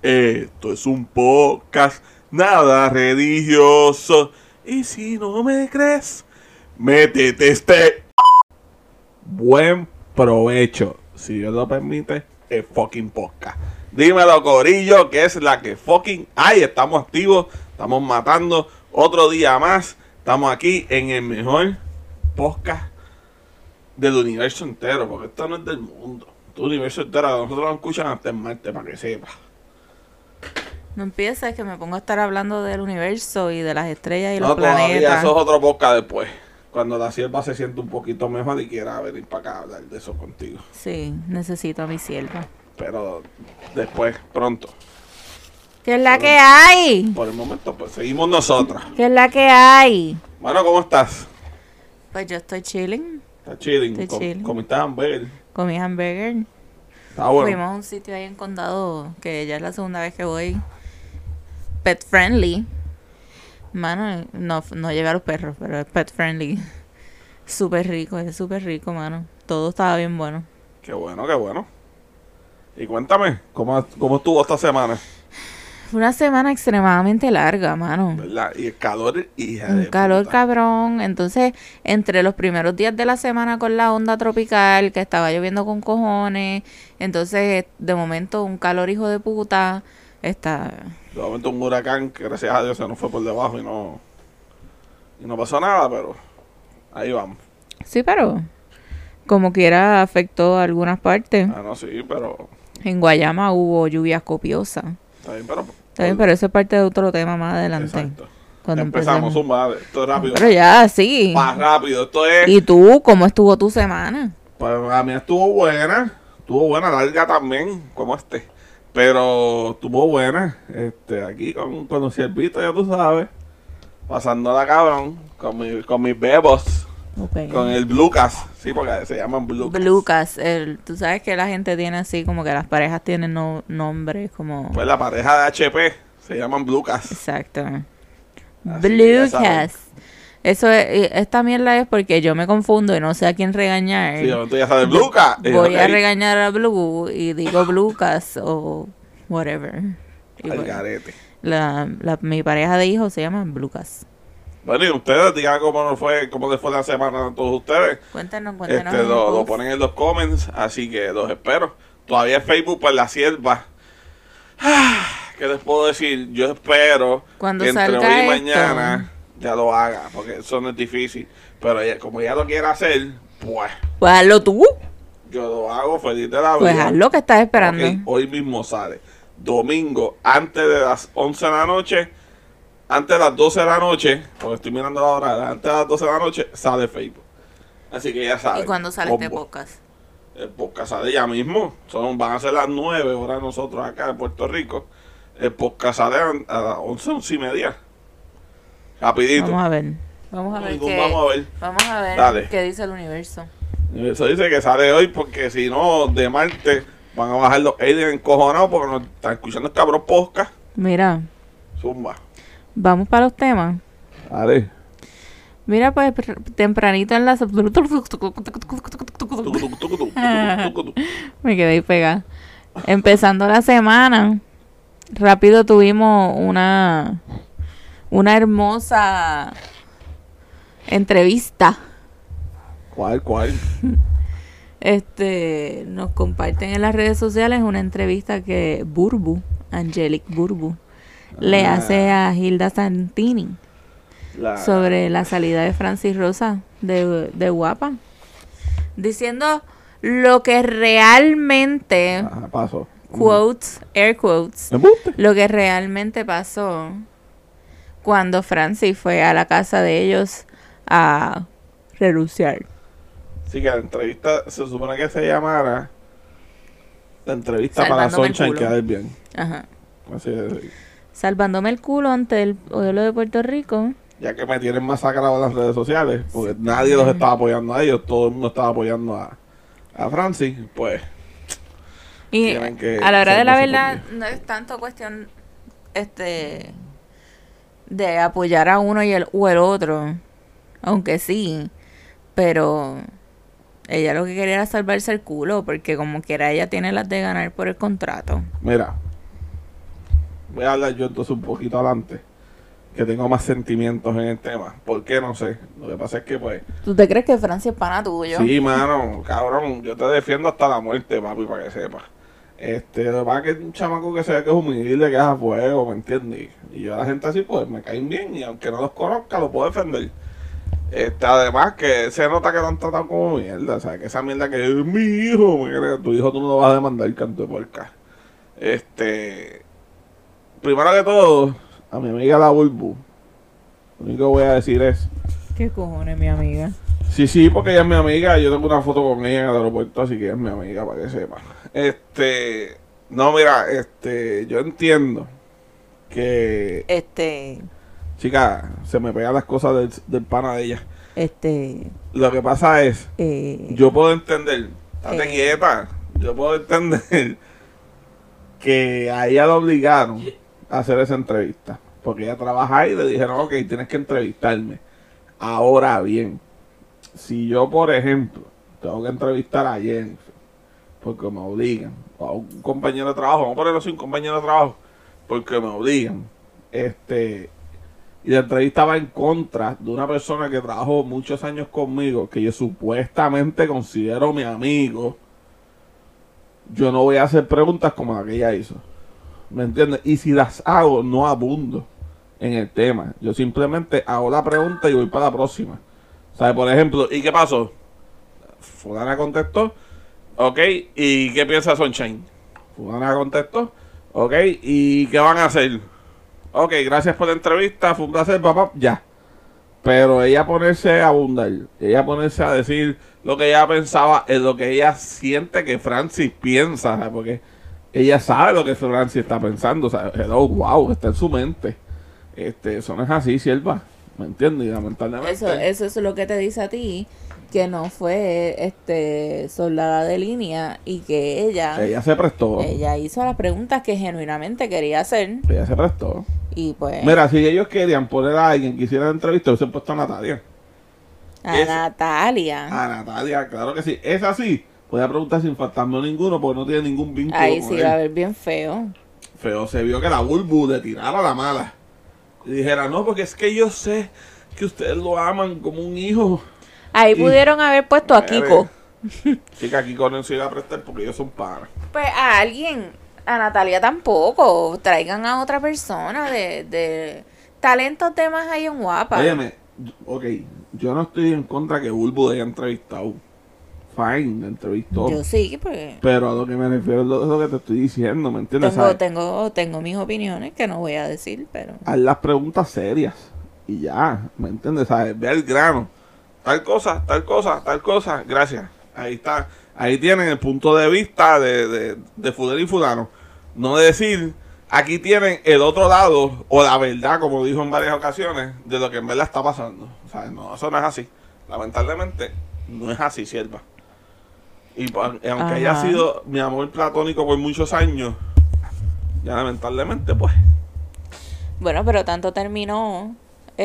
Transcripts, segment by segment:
Esto es un podcast nada religioso. Y si no me crees, métete buen provecho. Si Dios lo permite, el fucking podcast. Dímelo, corillo, que es la que fucking hay. Estamos activos, estamos matando otro día más. Estamos aquí en el mejor podcast del universo entero, porque esto no es del mundo. Este universo entero, nosotros lo escuchan hasta en Marte, para que sepa. No empieces, que me pongo a estar hablando del universo y de las estrellas y No, los todavía planetas. eso es otro podcast después. Cuando la sierva se siente un poquito mejor y quiera venir para acá a hablar de eso contigo. Sí, necesito a mi sierva. Pero después, pronto. ¿Qué es la que hay? Por el momento, pues seguimos nosotras. ¿Qué es la que hay? Bueno, ¿cómo estás? Pues yo estoy chilling. ¿Estás chilling? Estoy chilling. ¿Comiste hamburger? Comí hamburger. Está bueno. Fuimos a un sitio ahí en Condado, que ya es la segunda vez que voy. Pet friendly. Mano, no llevé a los perros, pero es pet friendly. Súper rico, es súper rico, mano. Todo estaba bien bueno. Qué bueno, qué bueno. Y cuéntame, ¿cómo estuvo esta semana? Fue una semana extremadamente larga, mano. ¿Verdad? Y el calor, hija Un de calor puta. cabrón. Entonces, entre los primeros días de la semana con la onda tropical, que estaba lloviendo con cojones, entonces, de momento, un calor hijo de puta. De momento un huracán que gracias a Dios se nos fue por debajo y no pasó nada, pero ahí vamos. Sí, pero como quiera afectó a algunas partes. Ah, no, sí, pero En Guayama hubo lluvias copiosas. está bien, pero Está bien, pero eso es parte de otro tema más adelante. exacto. Cuando Empezamos, empecemos. zumba, esto es rápido. Pero ya, sí. Más rápido, esto es. ¿Y tú? ¿Cómo estuvo tu semana? Pues a mí estuvo buena, larga también, como pero estuvo buena, aquí con los ciervitos, ya tú sabes, pasándola cabrón, con mis bebos, Okay. con el Bluecas, sí, porque se llaman Bluecas. Bluecas, tú sabes que la gente tiene así, como que las parejas tienen nombres como... Pues la pareja de HP se llaman Bluecas. Exacto. Así que ya saben. Bluecas. Eso es, esta mierda es porque yo me confundo y no sé a quién regañar. Sí, tú ya sabes, Bluecas. Voy a regañar a Blue y digo Bluecas o whatever. Y Al bueno, garete. mi pareja de hijos se llama Bluecas. Bueno, y ustedes digan cómo les fue la semana a todos ustedes. Cuéntanos. Lo ponen en los comments, así que los espero. Todavía es Facebook para la sierva. ¿Qué les puedo decir? Yo espero Cuando que entre salga hoy y esto, mañana ya lo haga, porque eso no es difícil. Pero como ella lo quiere hacer, pues pues hazlo tú. yo lo hago feliz de la vida. Pues haz lo que estás esperando. Ok, hoy mismo sale. Domingo, antes de las 11 de la noche, antes de las 12 de la noche, porque estoy mirando la hora, antes de las 12 de la noche, sale Facebook. Así que ya saben. ¿Y cuándo sale este podcast? El podcast sale ya mismo. Van a ser las 9 horas nosotros acá en Puerto Rico. El podcast sale a las 11 y media. Rapidito. Vamos a ver. Vamos a ver Vamos a ver. Dale. Dale. Qué dice el universo. Eso dice que sale hoy porque si no, de Marte van a bajar los aliens encojonados porque nos están escuchando el cabrón podcast. Mira, Zumba. vamos para los temas. Dale. Mira, pues tempranito en la... Me quedé ahí pegada. Empezando la semana, rápido tuvimos una hermosa entrevista. ¿Cuál? Nos comparten en las redes sociales una entrevista que Angelic Burbu, le hace a Hilda Santini sobre la salida de Francis Rosa de Guapa, diciendo lo que realmente, Ajá, paso. quotes, air quotes, ¿Embuste? lo que realmente pasó cuando Francis fue a la casa de ellos a renunciar. Sí, que la entrevista se supone que se llamara la entrevista para Salvándome el Sunshine culo. quedar bien. Ajá. Así es. Salvándome el culo ante el pueblo de Puerto Rico. Ya que me tienen masacrado en las redes sociales, porque nadie los estaba apoyando a ellos, todo el mundo estaba apoyando a Francis, pues Y tienen que a la hora de la hacerlo verdad, no es tanto cuestión de apoyar a uno o el otro, aunque sí, pero ella lo que quería era salvarse el culo, porque como quiera ella tiene las de ganar por el contrato. Mira, voy a hablar yo entonces un poquito adelante, que tengo más sentimientos en el tema. ¿Por qué? No sé. Lo que pasa es que, pues... ¿Tú te crees que Francia es pana tuyo? Sí, mano, cabrón, yo te defiendo hasta la muerte, papi, para que sepas. Lo que pasa es que es un chamaco que se ve que es humilde, que es a fuego, ¿me entiendes? Y yo a la gente así, pues, me caen bien, y aunque no los conozca, los puedo defender. Además que se nota que lo han tratado como mierda, o sea, que esa mierda que es mi hijo, tu hijo tú no lo vas a demandar, canto de puerca. Primero que todo, a mi amiga la Bulbu, lo único que voy a decir es... ¿Qué cojones, mi amiga? Sí, porque ella es mi amiga, yo tengo una foto con ella en el aeropuerto, así que ella es mi amiga, para que sepa. No, mira, yo entiendo que... Chica, se me pegan las cosas del pana de ella. Lo que pasa es, yo puedo entender, estate quieta, yo puedo entender que a ella la obligaron a hacer esa entrevista, porque ella trabaja ahí y le dijeron, ok, tienes que entrevistarme. Ahora bien, si yo, por ejemplo, tengo que entrevistar a Jennifer, porque me obligan, o a un compañero de trabajo, vamos a ponerlo así, un compañero de trabajo, porque me obligan, y la entrevista va en contra de una persona que trabajó muchos años conmigo, que yo supuestamente considero mi amigo, yo no voy a hacer preguntas como la que ella hizo, ¿me entiendes? Y si las hago, no abundo en el tema, yo simplemente hago la pregunta y voy para la próxima. ¿Sabes? Por ejemplo, ¿y qué pasó? Fulana contestó, ok, ¿y qué piensa Sunshine? Fulana contestó, ok, ¿y qué van a hacer? Ok, gracias por la entrevista, fue un placer, papá, ya. Pero ella ponerse a abundar, ella ponerse a decir lo que ella pensaba, es lo que ella siente que Francis piensa, ¿sabes? Porque ella sabe lo que Francis está pensando, ¿sabes? Hello, wow, está en su mente. Eso no es así, sierva. ¿Me entiendes? Lamentablemente. Eso es lo que te dice a ti, que no fue soldada de línea y que ella se prestó. Ella hizo las preguntas que genuinamente quería hacer. Ella se prestó. Y pues... Mira, si ellos querían poner a alguien que hiciera la entrevista, hubiesen puesto a Natalia. A Natalia, claro que sí. Es así. Podía preguntar sin faltarme ninguno porque no tiene ningún vínculo. Ahí sí va a ver bien feo. Feo, se vio que la Bulbu le tirara la mala. Y dijera, no, porque es que yo sé que ustedes lo aman como un hijo. Ahí pudieron haber puesto a Kiko. Chica, Kiko no se iba a prestar porque ellos son panas. Pues a alguien, a Natalia tampoco. Traigan a otra persona de talentos de más ahí en guapa. Óyeme, ok, yo no estoy en contra que Bulbu haya entrevistado. Fine, la entrevistó. Yo sí, pues. Pero a lo que me refiero es lo que te estoy diciendo, ¿me entiendes? Tengo mis opiniones que no voy a decir, pero... Haz las preguntas serias y ya, ¿me entiendes? ¿Sabes? Ve al grano. Tal cosa, tal cosa, tal cosa. Gracias. Ahí está. Ahí tienen el punto de vista de fulano y fulano. No decir, aquí tienen el otro lado, o la verdad, como dijo en varias ocasiones, de lo que en verdad está pasando. ¿Sabes? No, eso no es así. Lamentablemente, no es así, sierva. Y aunque haya sido mi amor platónico por muchos años, ya lamentablemente, pues. Bueno, pero tanto terminó,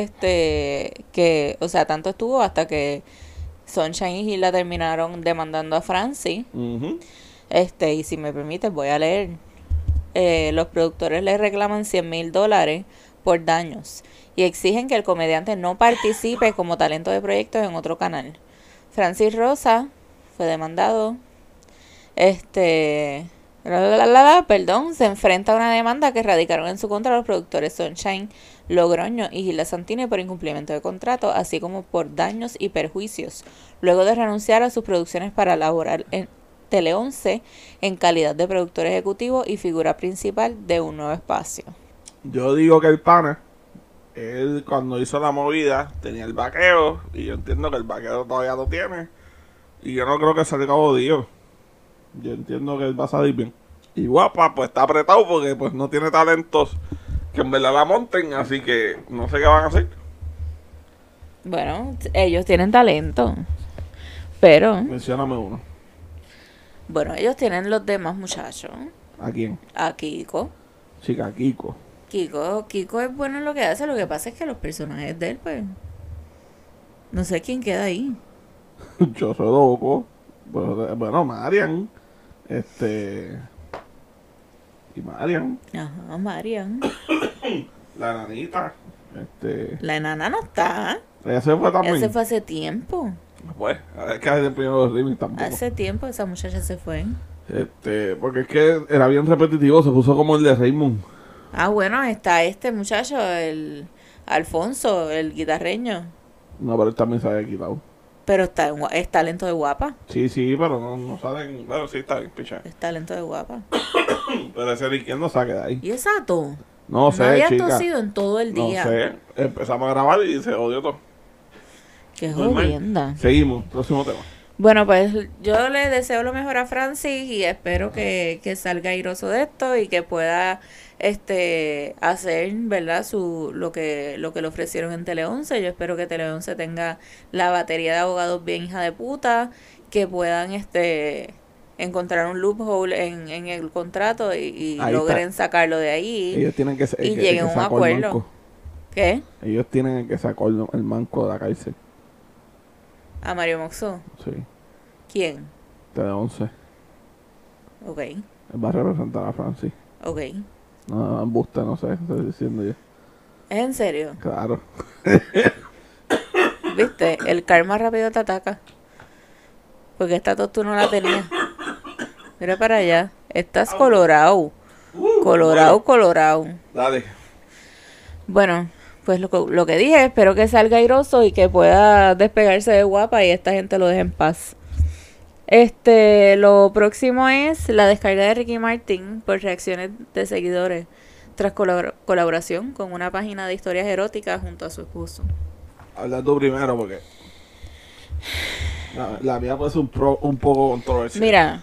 o sea, tanto estuvo hasta que Sunshine y Hilda terminaron demandando a Francis. Y si me permites, voy a leer. Los productores le reclaman $100,000 por daños y exigen que el comediante no participe como talento de proyectos en otro canal. Francis Rosa fue demandado. Se enfrenta a una demanda que radicaron en su contra los productores Sunshine Logroño y Hilda Santini por incumplimiento de contrato, así como por daños y perjuicios, luego de renunciar a sus producciones para laborar en Tele 11 en calidad de productor ejecutivo y figura principal de un nuevo espacio. Yo digo que el pana, él cuando hizo la movida tenía el vaqueo, y yo entiendo que el vaqueo todavía lo tiene, y yo no creo que salga jodido. Yo entiendo que él va a salir bien. Y guapa, pues está apretado porque pues no tiene talentos que en verdad la monten, así que no sé qué van a hacer. Bueno, ellos tienen talento, pero... Mencióname uno. Bueno, ellos tienen los demás muchachos. ¿A quién? A Kiko. Chica, Kiko. Kiko es bueno en lo que hace, lo que pasa es que los personajes de él, pues... No sé quién queda ahí. Yo soy loco. Bueno, Marian. Y Marian. Ajá, Marian. La nanita. La enana no está. Ella se fue también. Ella se fue hace tiempo. Pues, es que hace primero los remix tampoco. Hace tiempo esa muchacha se fue. Porque es que era bien repetitivo, se puso como el de Raymond. Ah, bueno, está este muchacho, el Alfonso, el guitarreño. No, pero él también se había quitado. Pero es talento de guapa. Sí, pero no salen. Bueno, sí, está bien, picha. Es talento de guapa. Pero ese Riquelme no saque de ahí. ¿Y esa tos? No sé, había chica. tosido en todo el día. No sé. Empezamos a grabar y se odió todo. Qué jodienda. Seguimos, próximo tema. Bueno, pues yo le deseo lo mejor a Francis y espero que salga airoso de esto y que pueda hacer, ¿verdad? Lo que le ofrecieron en Tele 11. Yo espero que Tele 11 tenga la batería de abogados bien hija de puta, que puedan encontrar un loophole en el contrato y logren sacarlo de ahí. Ellos tienen que y lleguen a un acuerdo. ¿Qué? Ellos tienen que sacar el manco de la cárcel. ¿A Mario Moxó? Sí. ¿Quién? Tele 11. Ok. Él va a representar a Francis. Ok. No, embuste, no sé, estoy diciendo yo. ¿Es en serio? Claro. ¿Viste? El karma rápido te ataca. Porque esta tos tú no la tenías. Mira para allá. Estás colorado. Colorado. Dale. Bueno, pues lo que dije, espero que salga airoso y que pueda despegarse de guapa y esta gente lo deje en paz. Lo próximo es la descarga de Ricky Martin por reacciones de seguidores tras colaboración con una página de historias eróticas junto a su esposo. Habla tú primero porque la mía puede ser un poco controversial. Mira,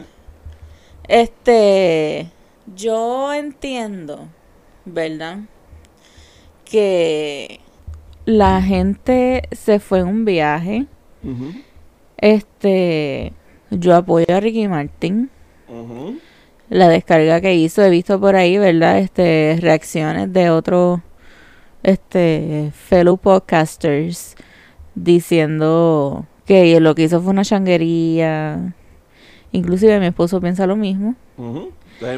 yo entiendo, ¿verdad? Que la gente se fue en un viaje. Uh-huh. Yo apoyo a Ricky Martin. Uh-huh. La descarga que hizo, he visto por ahí, ¿verdad? Reacciones de otros fellow podcasters diciendo que lo que hizo fue una changuería. Inclusive mi esposo piensa lo mismo. Uh-huh.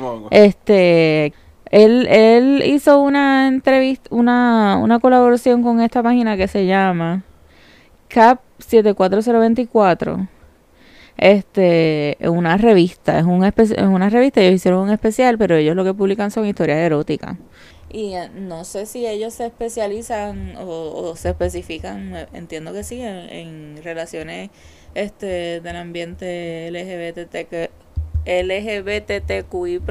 Él hizo una entrevista, una colaboración con esta página que se llama CAP 74024. Una revista, es una revista, ellos hicieron un especial, pero ellos lo que publican son historias eróticas. Y no sé si ellos se especializan o se especifican, entiendo que sí, en relaciones del ambiente LGBTQI+.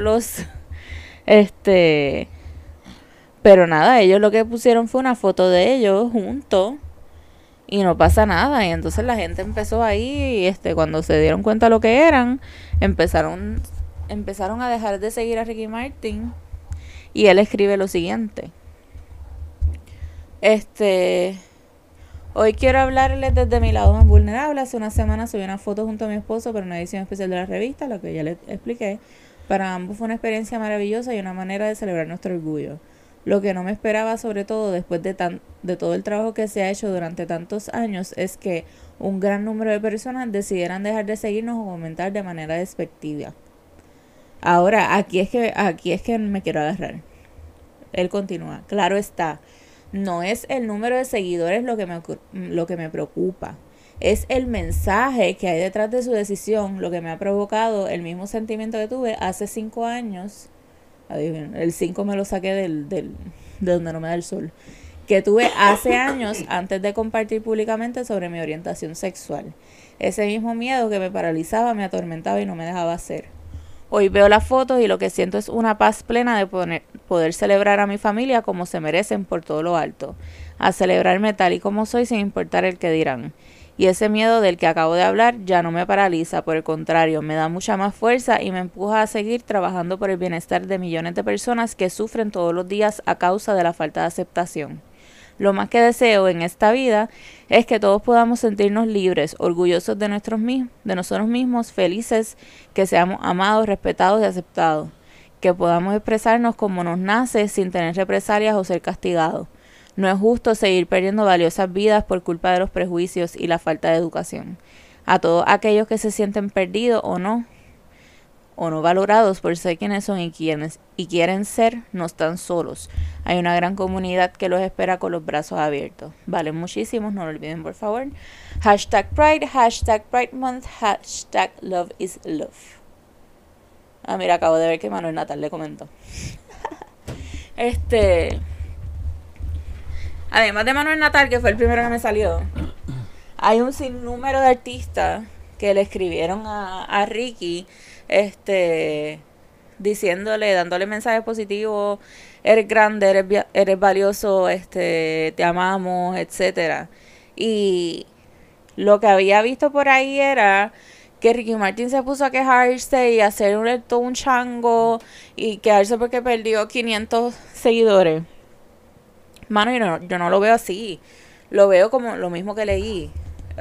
Pero nada, ellos lo que pusieron fue una foto de ellos juntos y no pasa nada. Y entonces la gente empezó ahí, cuando se dieron cuenta lo que eran, empezaron a dejar de seguir a Ricky Martin. Y él escribe lo siguiente: hoy quiero hablarles desde mi lado más vulnerable. Hace una semana subí una foto junto a mi esposo para una edición especial de la revista, lo que ya les expliqué. Para ambos fue una experiencia maravillosa y una manera de celebrar nuestro orgullo. Lo que no me esperaba, sobre todo después de todo el trabajo que se ha hecho durante tantos años, es que un gran número de personas decidieran dejar de seguirnos o comentar de manera despectiva. Ahora, aquí es que me quiero agarrar. Él continúa: claro está, no es el número de seguidores lo que me preocupa. Es el mensaje que hay detrás de su decisión lo que me ha provocado el mismo sentimiento que tuve hace 5 años. Adivinen, el 5 me lo saqué de donde no me da el sol. Que tuve hace años antes de compartir públicamente sobre mi orientación sexual. Ese mismo miedo que me paralizaba, me atormentaba y no me dejaba hacer. Hoy veo las fotos y lo que siento es una paz plena de poder celebrar a mi familia como se merecen por todo lo alto. A celebrarme tal y como soy sin importar el que dirán. Y ese miedo del que acabo de hablar ya no me paraliza, por el contrario, me da mucha más fuerza y me empuja a seguir trabajando por el bienestar de millones de personas que sufren todos los días a causa de la falta de aceptación. Lo más que deseo en esta vida es que todos podamos sentirnos libres, orgullosos de nosotros mismos, felices, que seamos amados, respetados y aceptados, que podamos expresarnos como nos nace sin tener represalias o ser castigados. No es justo seguir perdiendo valiosas vidas por culpa de los prejuicios y la falta de educación. A todos aquellos que se sienten perdidos o o no valorados por ser quienes son y quieren ser, no están solos. Hay una gran comunidad que los espera con los brazos abiertos. Valen muchísimos, no lo olviden por favor. #Pride, #Pride Month, #Love is Love. Ah, mira, acabo de ver que Manuel Natal le comentó. Además de Manuel Natal, que fue el primero que me salió, hay un sinnúmero de artistas que le escribieron a Ricky, diciéndole, dándole mensajes positivos, eres grande, eres valioso, te amamos, etcétera. Y lo que había visto por ahí era que Ricky Martin se puso a quejarse y a hacer todo un chango y quejarse porque perdió 500 seguidores. Mano, yo no lo veo así. Lo veo como lo mismo que leí.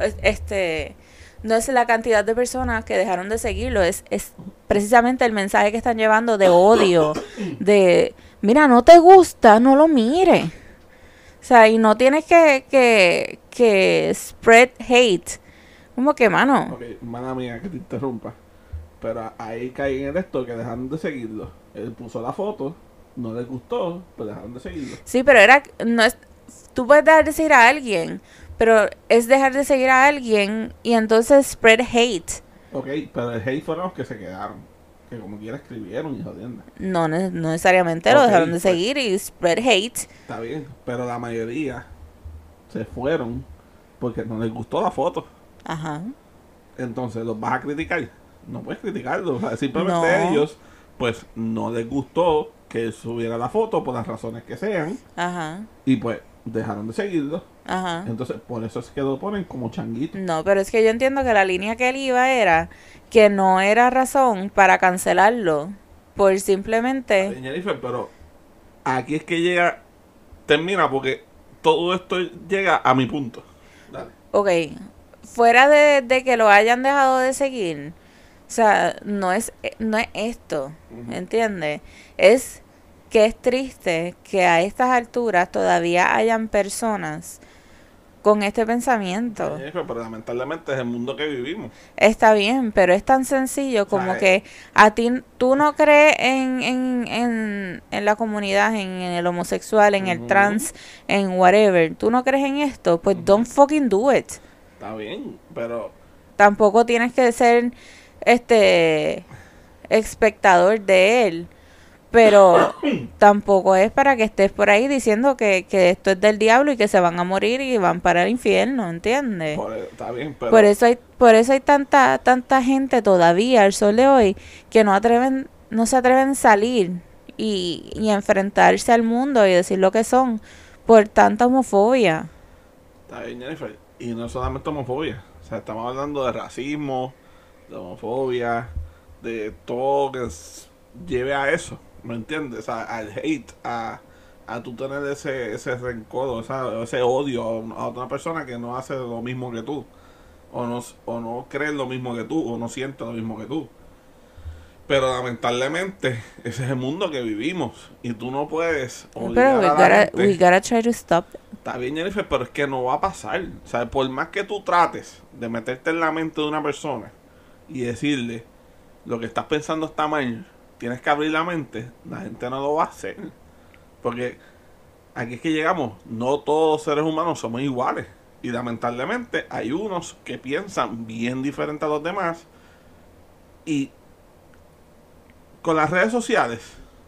No es la cantidad de personas que dejaron de seguirlo, es precisamente el mensaje que están llevando de odio, de, mira, no te gusta, no lo mires. O sea, y no tienes que spread hate. Como que, mano. Ok, mala mía que te interrumpa. Pero ahí caí en esto que dejaron de seguirlo. Él puso la foto, no les gustó, pues dejaron de seguirlo. Sí, pero tú puedes dejar de seguir a alguien, pero es dejar de seguir a alguien y entonces spread hate. Ok, pero el hate fueron los que se quedaron. Que como quiera escribieron y jodiendo. No necesariamente lo dejaron de seguir y spread hate. Está bien, pero la mayoría se fueron porque no les gustó la foto. Ajá. Entonces, ¿los vas a criticar? No puedes criticarlos. O sea, simplemente ellos, pues, no les gustó que él subiera la foto por las razones que sean. Ajá. Y pues, dejaron de seguirlo. Ajá. Entonces, por eso es que lo ponen como changuito. No, pero es que yo entiendo que la línea que él iba era que no era razón para cancelarlo por simplemente... Jennifer, pero aquí es que termina porque todo esto llega a mi punto. Dale. Ok, fuera de que lo hayan dejado de seguir, o sea, no es esto, ¿entiendes? Es que es triste que a estas alturas todavía hayan personas con este pensamiento. Pero lamentablemente es el mundo que vivimos. Está bien, pero es tan sencillo como que a ti, tú no crees en la comunidad, en el homosexual, en el trans, en whatever. Tú no crees en esto, pues don't fucking do it. Está bien, pero... Tampoco tienes que ser espectador de él. Pero tampoco es para que estés por ahí diciendo que esto es del diablo y que se van a morir y van para el infierno, ¿entiendes? Está bien, pero... Por eso hay tanta gente todavía al sol de hoy que no se atreven a salir y enfrentarse al mundo y decir lo que son por tanta homofobia. Está bien, Jennifer. Y no solamente homofobia. O sea, estamos hablando de racismo, de homofobia, de todo que lleve a eso. ¿Me entiendes? Al hate, a tú tener ese rencor, ese odio a otra persona que no hace lo mismo que tú. O no cree lo mismo que tú, o no siente lo mismo que tú. Pero lamentablemente, ese es el mundo que vivimos. Y tú no puedes obligar a la gente. We gotta try to stop. Está bien, Jennifer, pero es que no va a pasar. O sea, por más que tú trates de meterte en la mente de una persona y decirle lo que estás pensando está mal, tienes que abrir la mente, la gente no lo va a hacer. Porque aquí es que llegamos, no todos los seres humanos somos iguales. Y lamentablemente hay unos que piensan bien diferente a los demás. Y con las redes sociales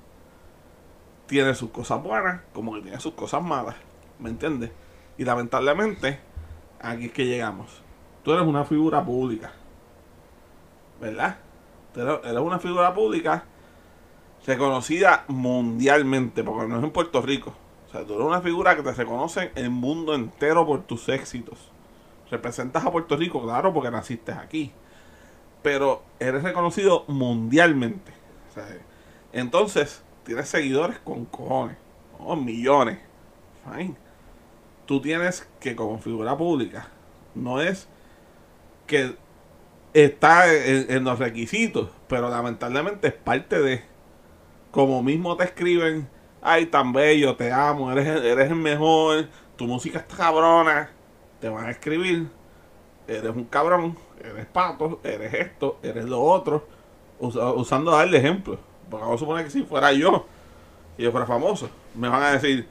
tiene sus cosas buenas como que tiene sus cosas malas. ¿Me entiendes? Y lamentablemente aquí es que llegamos. Tú eres una figura pública, ¿verdad? Eres una figura pública reconocida mundialmente, porque no es en Puerto Rico. O sea, tú eres una figura que te reconoce el mundo entero por tus éxitos. Representas a Puerto Rico, claro, porque naciste aquí. Pero eres reconocido mundialmente. O sea, entonces, tienes seguidores con cojones. Millones. Fine. Tú tienes que, como figura pública, no es que está en los requisitos, pero lamentablemente es parte de... Como mismo te escriben, ay, tan bello, te amo, eres el mejor, tu música está cabrona, te van a escribir, eres un cabrón, eres pato, eres esto, eres lo otro, usando a darle ejemplo. Porque vamos a suponer que si fuera yo, y yo fuera famoso, me van a decir,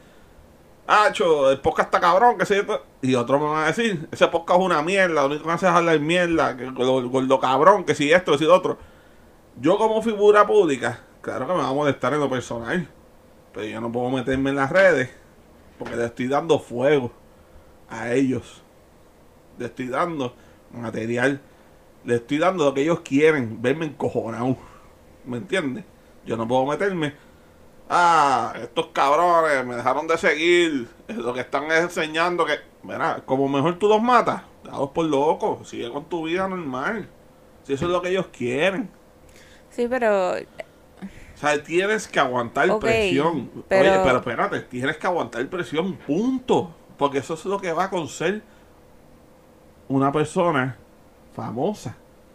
el podcast está cabrón, que sé yo. Y otros me van a decir, ese podcast es una mierda, lo único que hace es hablar mierda, que gordo cabrón, que si esto, que si lo otro. Yo como figura pública, claro que me va a molestar en lo personal, pero yo no puedo meterme en las redes, porque le estoy dando fuego a ellos. Le estoy dando material, le estoy dando lo que ellos quieren, verme encojonado. ¿Me entiendes? Yo no puedo meterme. Estos cabrones me dejaron de seguir. Lo que están es enseñando que, mira, como mejor tú los matas, dados por locos, sigue con tu vida normal. Si eso es lo que ellos quieren. Sí, pero... O sea, tienes que aguantar presión. Pero... Oye, pero espérate, tienes que aguantar presión, punto. Porque eso es lo que va con ser una persona famosa.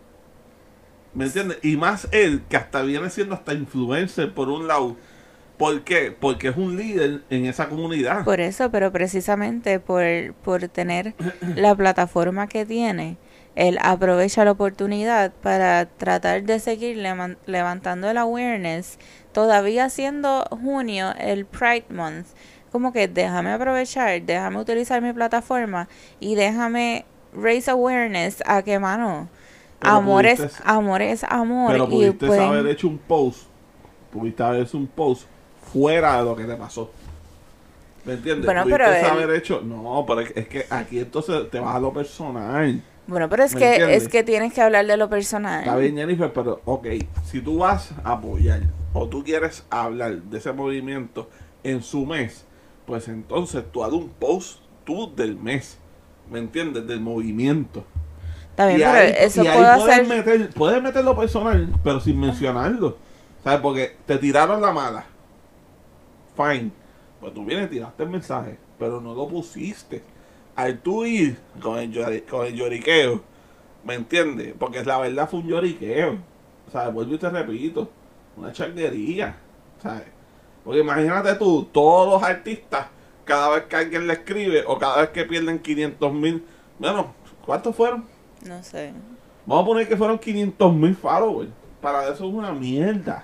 ¿Me entiendes? Y más él, que hasta viene siendo hasta influencer por un lado. ¿Por qué? Porque es un líder en esa comunidad. Por eso, pero precisamente por tener la plataforma que tiene, él aprovecha la oportunidad para tratar de seguir levantando el awareness, todavía siendo junio, el Pride Month. Como que déjame aprovechar, déjame utilizar mi plataforma y déjame raise awareness a que, mano, amor es amor. Pero pudiste y pues, haber hecho un post, pudiste haber hecho un post fuera de lo que te pasó. ¿Me entiendes? Bueno, pudiste pero haber hecho... No, pero es que aquí entonces te vas a lo personal. Bueno, pero es que tienes que hablar de lo personal. Está bien, Jennifer, pero ok, si tú vas a apoyar o tú quieres hablar de ese movimiento en su mes, pues entonces tú haz un post tú del mes, ¿me entiendes? Del movimiento. Está bien, y pero ahí, eso y ahí puedo hacer... puedes meter lo personal, pero sin mencionarlo. ¿Sabes? Porque te tiraron la mala. Fine. Pues tú vienes y tiraste el mensaje, pero no lo pusiste. Al tú ir con el lloriqueo, ¿me entiendes? Porque la verdad fue un lloriqueo. ¿Sabes? Vuelvo y te repito. Una charnería. ¿Sabes? Porque imagínate tú, todos los artistas, cada vez que alguien le escribe o cada vez que pierden 500,000. Bueno, ¿cuántos fueron? No sé. Vamos a poner que fueron 500,000 followers. Para eso es una mierda.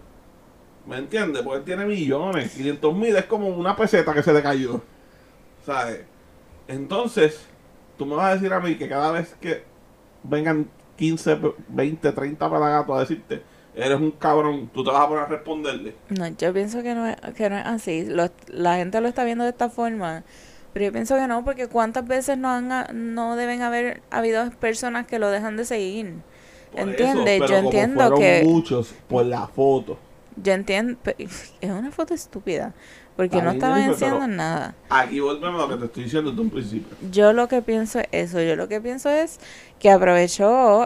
¿Me entiendes? Porque él tiene millones. 500,000 es como una peseta que se le cayó. ¿Sabes? Entonces, tú me vas a decir a mí que cada vez que vengan 15, 20, 30 pelagatos a decirte, eres un cabrón, tú te vas a poner a responderle. No, yo pienso que no es así. La gente lo está viendo de esta forma. Pero yo pienso que no, porque ¿cuántas veces no deben haber habido personas que lo dejan de seguir? ¿Entiendes? Yo entiendo como que... muchos por la foto. Yo entiendo... Es una foto estúpida. Porque no estaban enseñando nada. Aquí volvemos a lo que te estoy diciendo desde un principio. Yo lo que pienso es eso. Yo lo que pienso es que aprovechó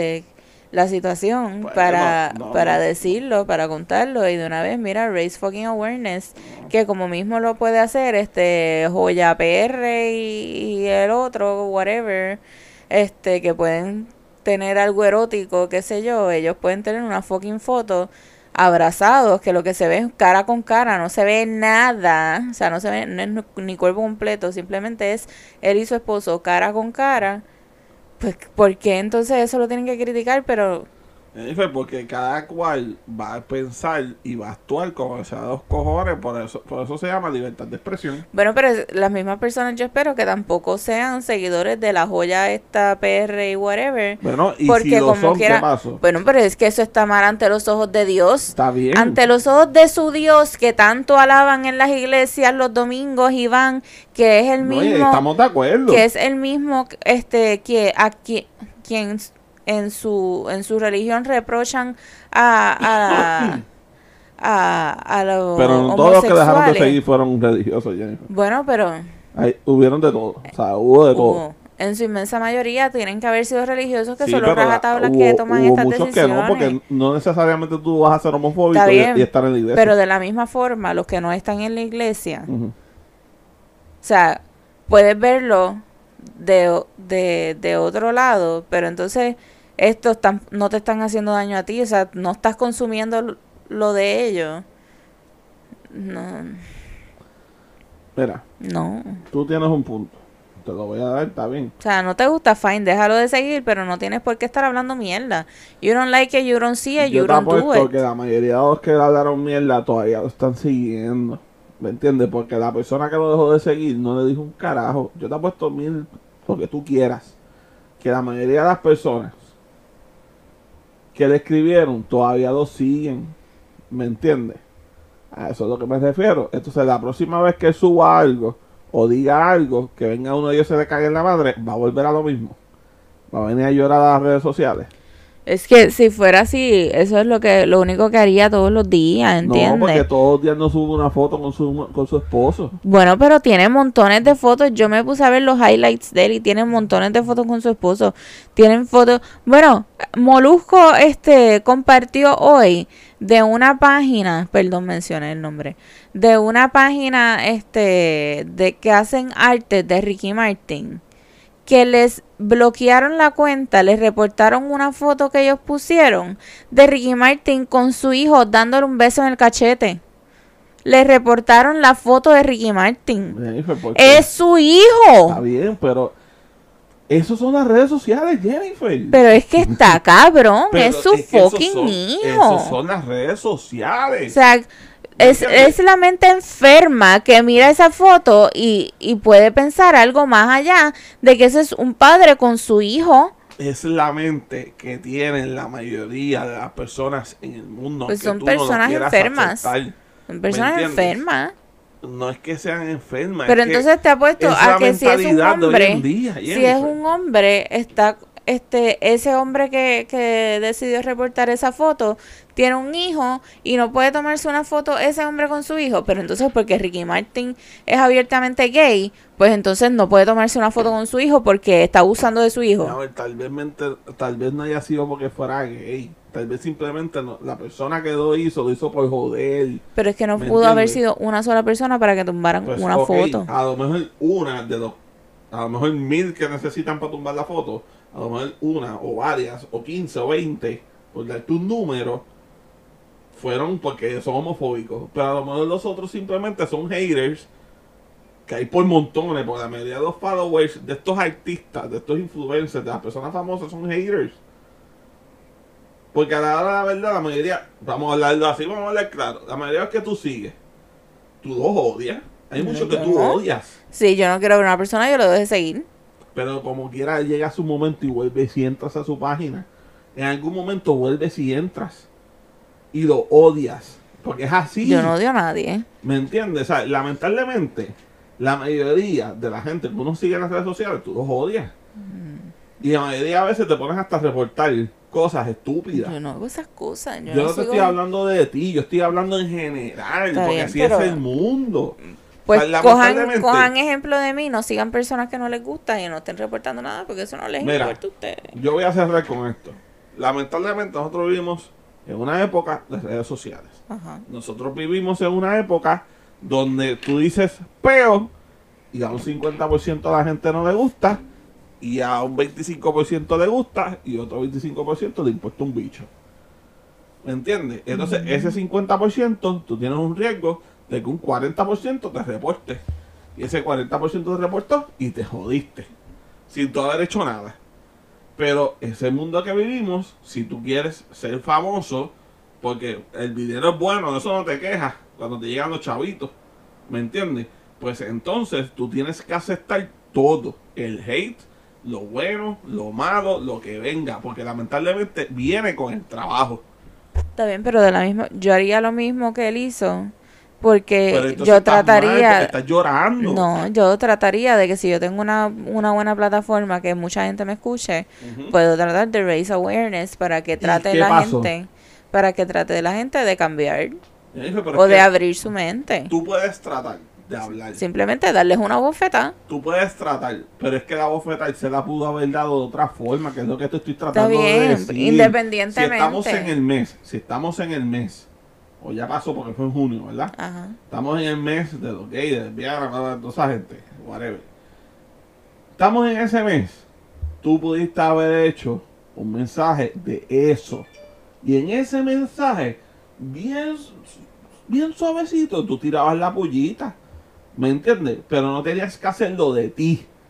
la situación Bueno, para decirlo, para contarlo. Y de una vez, mira, raise fucking awareness. Que como mismo lo puede hacer Joya PR y el otro, whatever. Que pueden tener algo erótico, qué sé yo. Ellos pueden tener una fucking foto abrazados, que lo que se ve es cara con cara, no se ve nada, o sea, no se ve, no es ni cuerpo completo, simplemente es él y su esposo cara con cara. Pues, ¿por qué entonces eso lo tienen que criticar? Pero porque cada cual va a pensar y va a actuar como sea dos cojones, por eso se llama libertad de expresión. Bueno, pero las mismas personas yo espero que tampoco sean seguidores de la joya esta PR y whatever. Bueno, y porque si lo como son, quiera, ¿qué pasó? bueno, pero es que eso está mal ante los ojos de Dios. Está bien. Ante los ojos de su Dios, que tanto alaban en las iglesias los domingos y van, que es el mismo... Oye, estamos de acuerdo. Que es el mismo, que aquí, quien en su religión reprochan a los pero no todos los que dejaron de seguir fueron religiosos, Jennifer. Bueno, pero hubieron de todo, o sea, hubo de todo. En su inmensa mayoría tienen que haber sido religiosos, que son los rajatablas que toman estas decisiones. Que no, porque no necesariamente tú vas a ser homofóbico y estar en la iglesia. Pero de la misma forma, los que no están en la iglesia, o sea, puedes verlo de otro lado, pero entonces estos no te están haciendo daño a ti, o sea, no estás consumiendo lo de ellos. No. Mira, no. Tú tienes un punto. te lo voy a dar, está bien. O sea, no te gusta, fine, déjalo de seguir, pero no tienes por qué estar hablando mierda. You don't like it, you don't see it, you don't do it. Yo te apuesto que la mayoría de los que le hablaron mierda todavía lo están siguiendo. ¿Me entiendes? Porque la persona que lo dejó de seguir no le dijo un carajo. Yo te apuesto 1000 lo que tú quieras. Que la mayoría de las personas que le escribieron todavía lo siguen. ¿Me entiendes? A eso es lo que me refiero. Entonces la próxima vez que suba algo o diga algo, que venga uno de ellos y se le cague en la madre, va a volver a lo mismo. Va a venir a llorar a las redes sociales. Es que si fuera así, eso es lo único que haría todos los días, ¿entiendes? No, porque todos los días no sube una foto con su esposo. Bueno, pero tiene montones de fotos. Yo me puse a ver los highlights de él y tiene montones de fotos con su esposo. Tienen fotos. Bueno, Molusco compartió hoy de una página, perdón, mencioné el nombre, de una página de que hacen arte de Ricky Martin, que les bloquearon la cuenta, les reportaron una foto que ellos pusieron de Ricky Martin con su hijo dándole un beso en el cachete. Les reportaron la foto de Ricky Martin. Jennifer, ¡es su hijo! Está bien, pero esos son las redes sociales, Jennifer. Pero es que está cabrón, es su fucking hijo. Esos son las redes sociales. O sea, es la mente enferma que mira esa foto y puede pensar algo más allá de que ese es un padre con su hijo. Es la mente que tienen la mayoría de las personas en el mundo. Pues son personas enfermas. Son personas enfermas. No es que sean enfermas. Pero entonces te apuesto a que si es un hombre, si es un hombre, ese hombre que decidió reportar esa foto tiene un hijo y no puede tomarse una foto ese hombre con su hijo, pero entonces porque Ricky Martin es abiertamente gay, pues entonces no puede tomarse una foto con su hijo porque está abusando de su hijo. A ver, tal vez no haya sido porque fuera gay. Tal vez simplemente la persona que lo hizo por joder. Pero es que no pudo haber sido una sola persona para que tumbaran pues, una foto. A lo mejor a lo mejor 1000 que necesitan para tumbar la foto, a lo mejor una o varias o 15 o 20, por darte un número, fueron porque son homofóbicos. Pero a lo mejor los otros simplemente son haters, que hay por montones, porque la mayoría de los followers de estos artistas, de estos influencers, de las personas famosas son haters. Porque a la hora de la verdad, la mayoría, vamos a hablarlo así, vamos a hablar claro, la mayoría de los que tú sigues, tú los odias. Hay muchos que tú odias. Sí, yo no quiero ver a una persona, yo lo dejo de seguir. Pero como quiera, llega su momento y vuelves y entras a su página. En algún momento vuelves y entras y lo odias. Porque es así. Yo no odio a nadie. ¿Me entiendes? O sea, lamentablemente, la mayoría de la gente que uno sigue en las redes sociales, tú los odias. Y la mayoría a veces te pones hasta a reportar cosas estúpidas. Yo no hago esas cosas. Yo no te estoy hablando de ti, yo estoy hablando en general. Está porque bien, así es el mundo. Pues o sea, cojan ejemplo de mí, no sigan personas que no les gustan y no estén reportando nada porque eso no les importa a ustedes. Yo voy a cerrar con esto. Lamentablemente nosotros vivimos en una época de redes sociales. Ajá. Nosotros vivimos en una época donde tú dices peo y a un 50% de la gente no le gusta y a un 25% le gusta y otro 25% le importa un bicho. ¿Me entiendes? Entonces ese 50% tú tienes un riesgo de que un 40% te reporte. Y ese 40% te reportó y te jodiste. Sin tú haber hecho nada. Pero ese mundo que vivimos, si tú quieres ser famoso, porque el dinero es bueno, de eso no te quejas, cuando te llegan los chavitos, ¿me entiendes? Pues entonces tú tienes que aceptar todo, el hate, lo bueno, lo malo, lo que venga, porque lamentablemente viene con el trabajo. Está bien, pero de la misma, yo haría lo mismo que él hizo. Porque yo trataría... Estás llorando. No, yo trataría de que si yo tengo una buena plataforma que mucha gente me escuche, puedo tratar de raise awareness para que trate de la gente de cambiar o de abrir su mente. Tú puedes tratar de hablar. Simplemente darles una bofeta. Tú puedes tratar, pero es que la bofeta se la pudo haber dado de otra forma, que es lo que te estoy tratando de decir. Independientemente. Si estamos en el mes, o ya pasó porque fue en junio, ¿verdad? Ajá. Estamos en el mes de los gays, de lesbianas, de toda esa gente, whatever. Estamos en ese mes. Tú pudiste haber hecho un mensaje de eso. Y en ese mensaje, bien suavecito, tú tirabas la pollita. ¿Me entiendes? Pero no tenías que hacerlo de ti.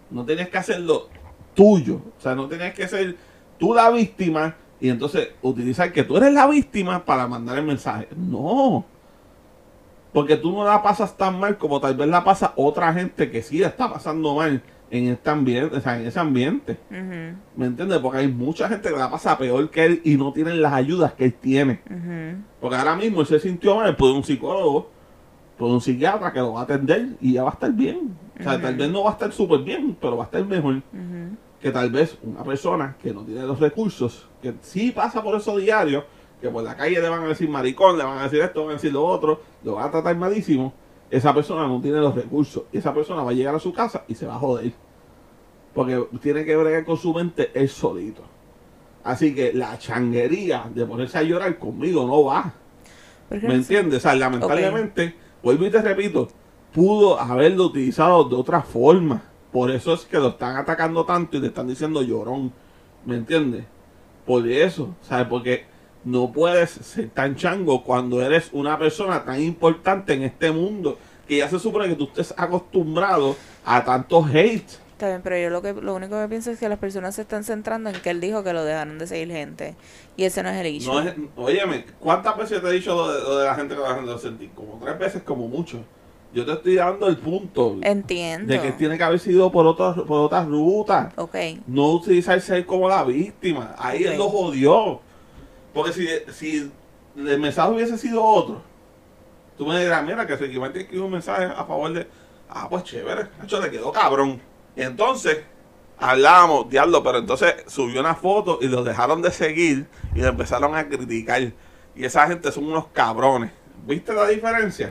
No tienes que hacerlo tuyo. O sea, no tienes que ser tú la víctima y entonces utilizar que tú eres la víctima para mandar el mensaje. No. Porque tú no la pasas tan mal como tal vez la pasa otra gente que sí la está pasando mal en este ambiente, o sea, en ese ambiente. ¿Me entiendes? Porque hay mucha gente que la pasa peor que él y no tienen las ayudas que él tiene. Porque ahora mismo él se sintió mal, puede un psicólogo, puede un psiquiatra que lo va a atender y ya va a estar bien. O sea, tal vez no va a estar súper bien, pero va a estar mejor. Que tal vez una persona que no tiene los recursos, que sí pasa por eso diario, que por la calle le van a decir maricón, le van a decir esto, le van a decir lo otro, lo van a tratar malísimo, esa persona no tiene los recursos. Y esa persona va a llegar a su casa y se va a joder. Porque tiene que bregar con su mente él solito. Así que la changuería de ponerse a llorar conmigo no va. ¿Me entiendes? O sea, lamentablemente, vuelvo y te repito, pudo haberlo utilizado de otra forma. Por eso es que lo están atacando tanto y le están diciendo llorón. ¿Me entiendes? Por eso, ¿sabes? Porque no puedes ser tan chango cuando eres una persona tan importante en este mundo que ya se supone que tú estés acostumbrado a tantos hate. Está bien, pero yo lo único que pienso es que las personas se están centrando en que él dijo que lo dejaron de seguir gente. Y ese no es el issue. No es, óyeme, ¿cuántas veces te he dicho lo de la gente que lo dejan de sentir? Como 3 veces, como mucho. Yo te estoy dando el punto. Entiendo. De que tiene que haber sido por otras rutas. No utilizarse como la víctima. Ahí él lo jodió. Porque si el mensaje hubiese sido otro, tú me dirás, mira, que Ricky Martin escribió un mensaje a favor de... pues chévere. Nacho, le quedó cabrón. Y entonces, hablamos, diablo, pero entonces subió una foto y lo dejaron de seguir y lo empezaron a criticar. Y esa gente son unos cabrones. ¿Viste la diferencia?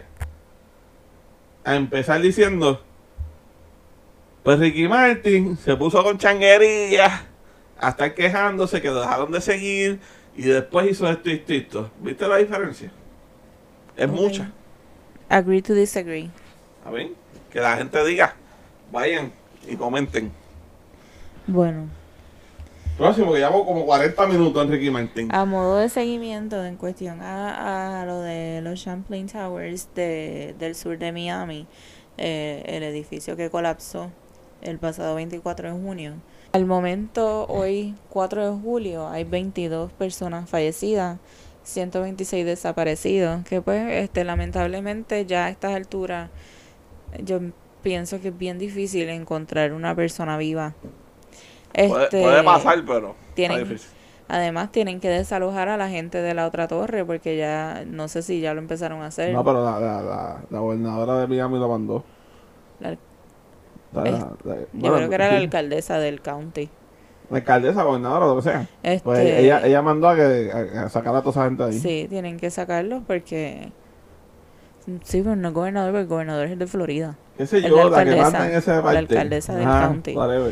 A empezar diciendo, pues Ricky Martin se puso con changuería, a estar quejándose que lo dejaron de seguir y después hizo esto y esto. ¿Viste la diferencia? Es mucha. Agree to disagree. A ver, que la gente diga, vayan y comenten. Bueno. Próximo, que llevamos como 40 minutos en Ricky Martin. A modo de seguimiento en cuestión a lo de los Champlain Towers del sur de Miami, el edificio que colapsó el pasado 24 de junio. Al momento, hoy 4 de julio, hay 22 personas fallecidas, 126 desaparecidos, que pues lamentablemente ya a estas alturas yo pienso que es bien difícil encontrar una persona viva. Puede pasar, pero está difícil. Además tienen que desalojar a la gente de la otra torre porque ya, no sé si ya lo empezaron a hacer. No, pero la gobernadora de Miami lo mandó. Yo creo que era la alcaldesa del county. La alcaldesa, gobernadora, lo que sea. Pues ella mandó a sacar a toda esa gente ahí. Sí, tienen que sacarlos porque... Sí, pero no es gobernador, porque el gobernador es el de Florida. ¿Qué sé yo? La que manda en ese parte. La alcaldesa del county. Whatever.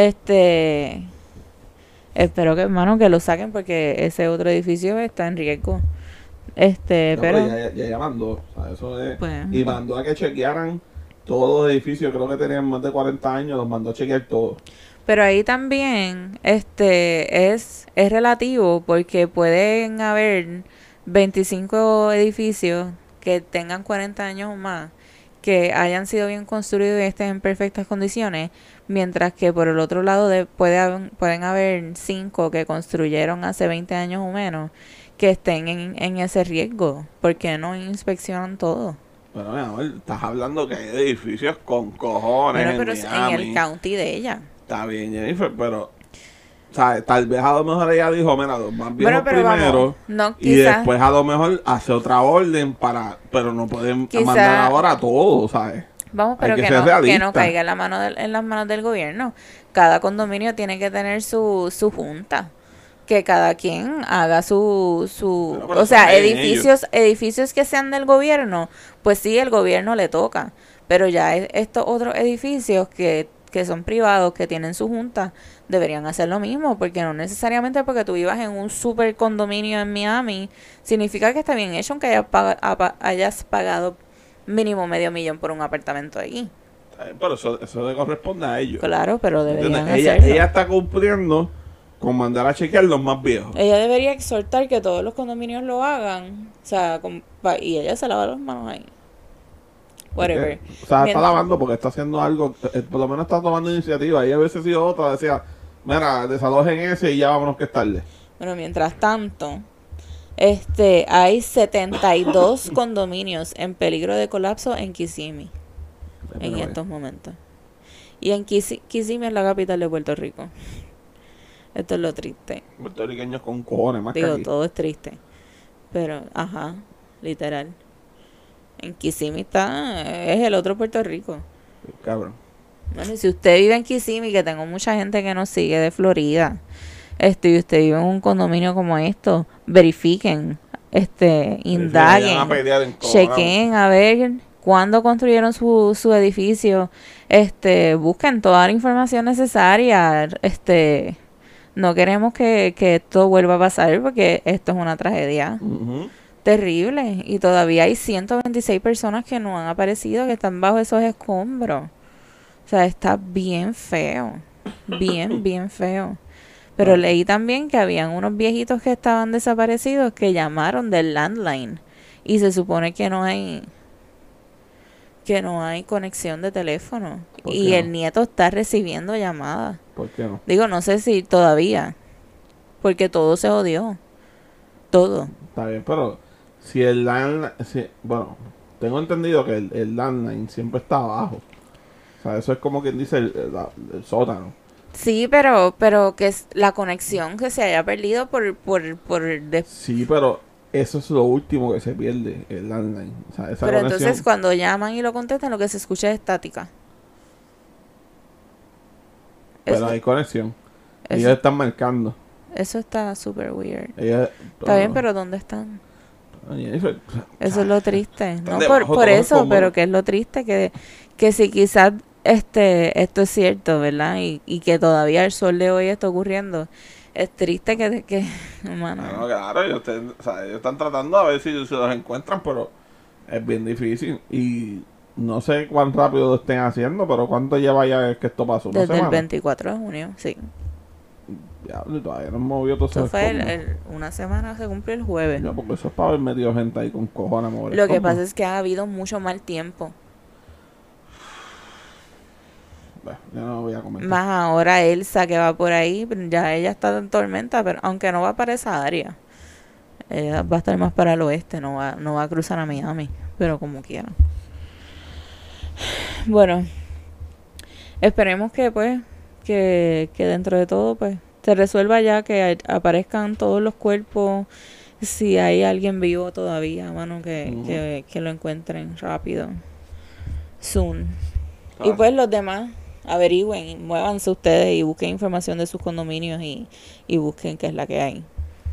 Espero que, hermano, que lo saquen porque ese otro edificio está en riesgo. Pero ella mandó, o sea, eso es, pues, y mandó a que chequearan todos los edificios, creo que tenían más de 40 años, los mandó a chequear todos. Pero ahí también es relativo porque pueden haber 25 edificios que tengan 40 años o más, que hayan sido bien construidos y estén en perfectas condiciones, mientras que por el otro lado pueden haber 5 que construyeron hace 20 años o menos, que estén en ese riesgo, porque no inspeccionan todo. Bueno, mi amor, estás hablando que hay edificios con cojones. Bueno, pero en el county de ella. Está bien, Jennifer, pero... O sea, tal vez a lo mejor ella dijo, mira, los más viejos primero, no, y después a lo mejor hace otra orden pero no pueden mandar ahora todo, ¿sabes? Vamos, pero que no caiga en las manos del gobierno. Cada condominio tiene que tener su junta. Que cada quien haga su o sea, edificios que sean del gobierno, pues sí, el gobierno le toca. Pero ya estos otros edificios que son privados, que tienen su junta, deberían hacer lo mismo, porque no necesariamente porque tú vivas en un super condominio en Miami, significa que está bien hecho, aunque hayas pagado mínimo $500,000 por un apartamento ahí. Pero eso le corresponde a ellos. Claro, pero deberían hacerlo. Ella está cumpliendo con mandar a chequear los más viejos. Ella debería exhortar que todos los condominios lo hagan, o sea, y ella se lava las manos ahí. whatever. O sea, está lavando porque está haciendo algo, por lo menos está tomando iniciativa. Y a veces si otra decía, mira, desalojen ese y ya vámonos que es tarde. Bueno, mientras tanto, hay 72 condominios en peligro de colapso en Kissimmee en estos momentos. Y en Kissimmee es la capital de Puerto Rico. Esto es lo triste. Puertorriqueños con cojones, más Digo, que aquí. todo es triste. Pero, ajá, literal. En Kissimmee es el otro Puerto Rico. Cabrón. Bueno, y si usted vive en Kissimmee, que tengo mucha gente que nos sigue de Florida, y usted vive en un condominio como esto, verifiquen, indaguen, chequen a ver cuándo construyeron su edificio, busquen toda la información necesaria, no queremos que esto vuelva a pasar porque esto es una tragedia terrible y todavía hay 126 personas que no han aparecido, que están bajo esos escombros. O sea, está bien feo, bien feo. Pero leí también que habían unos viejitos que estaban desaparecidos que llamaron del landline y se supone que no hay conexión de teléfono y el nieto está recibiendo llamadas. ¿Por qué no? Digo, no sé si todavía, porque todo se odió, todo. Está bien, pero si el landline, bueno, tengo entendido que el landline siempre está abajo. O sea, eso es como quien dice el sótano. Sí, pero que es la conexión que se haya perdido Sí, pero eso es lo último que se pierde, el landline. O sea, esa pero conexión... entonces cuando llaman y lo contestan, lo que se escucha es estática. Pero hay conexión. Ellos están marcando. Eso está súper weird. Está bien, pero ¿dónde están? Eso es lo triste. No por eso, pero que es lo triste que si quizás esto es cierto, ¿verdad? Y que todavía el sol de hoy está ocurriendo. Es triste que hermano. No, claro, ellos están tratando a ver si los encuentran, pero es bien difícil. Y no sé cuán rápido lo estén haciendo, pero ¿cuánto lleva ya que esto pasó? Desde el 24 de junio, sí. Diablo, todavía no hemos movido todo eso. Eso fue una semana, se cumplió el jueves. No, porque eso es para haber metido gente ahí con cojones a mover. Lo que pasa es que ha habido mucho mal tiempo. Bueno, ya no voy a comentar. Más ahora Elsa que va por ahí, ya ella está en tormenta, pero aunque no va para esa área. Ella va a estar más para el oeste, no va a cruzar a Miami, pero como quiera. Bueno, esperemos que pues que dentro de todo pues se resuelva ya, que aparezcan todos los cuerpos, si hay alguien vivo todavía, mano, que lo encuentren rápido, soon. Y pues los demás averigüen, muévanse ustedes y busquen información de sus condominios y busquen qué es la que hay.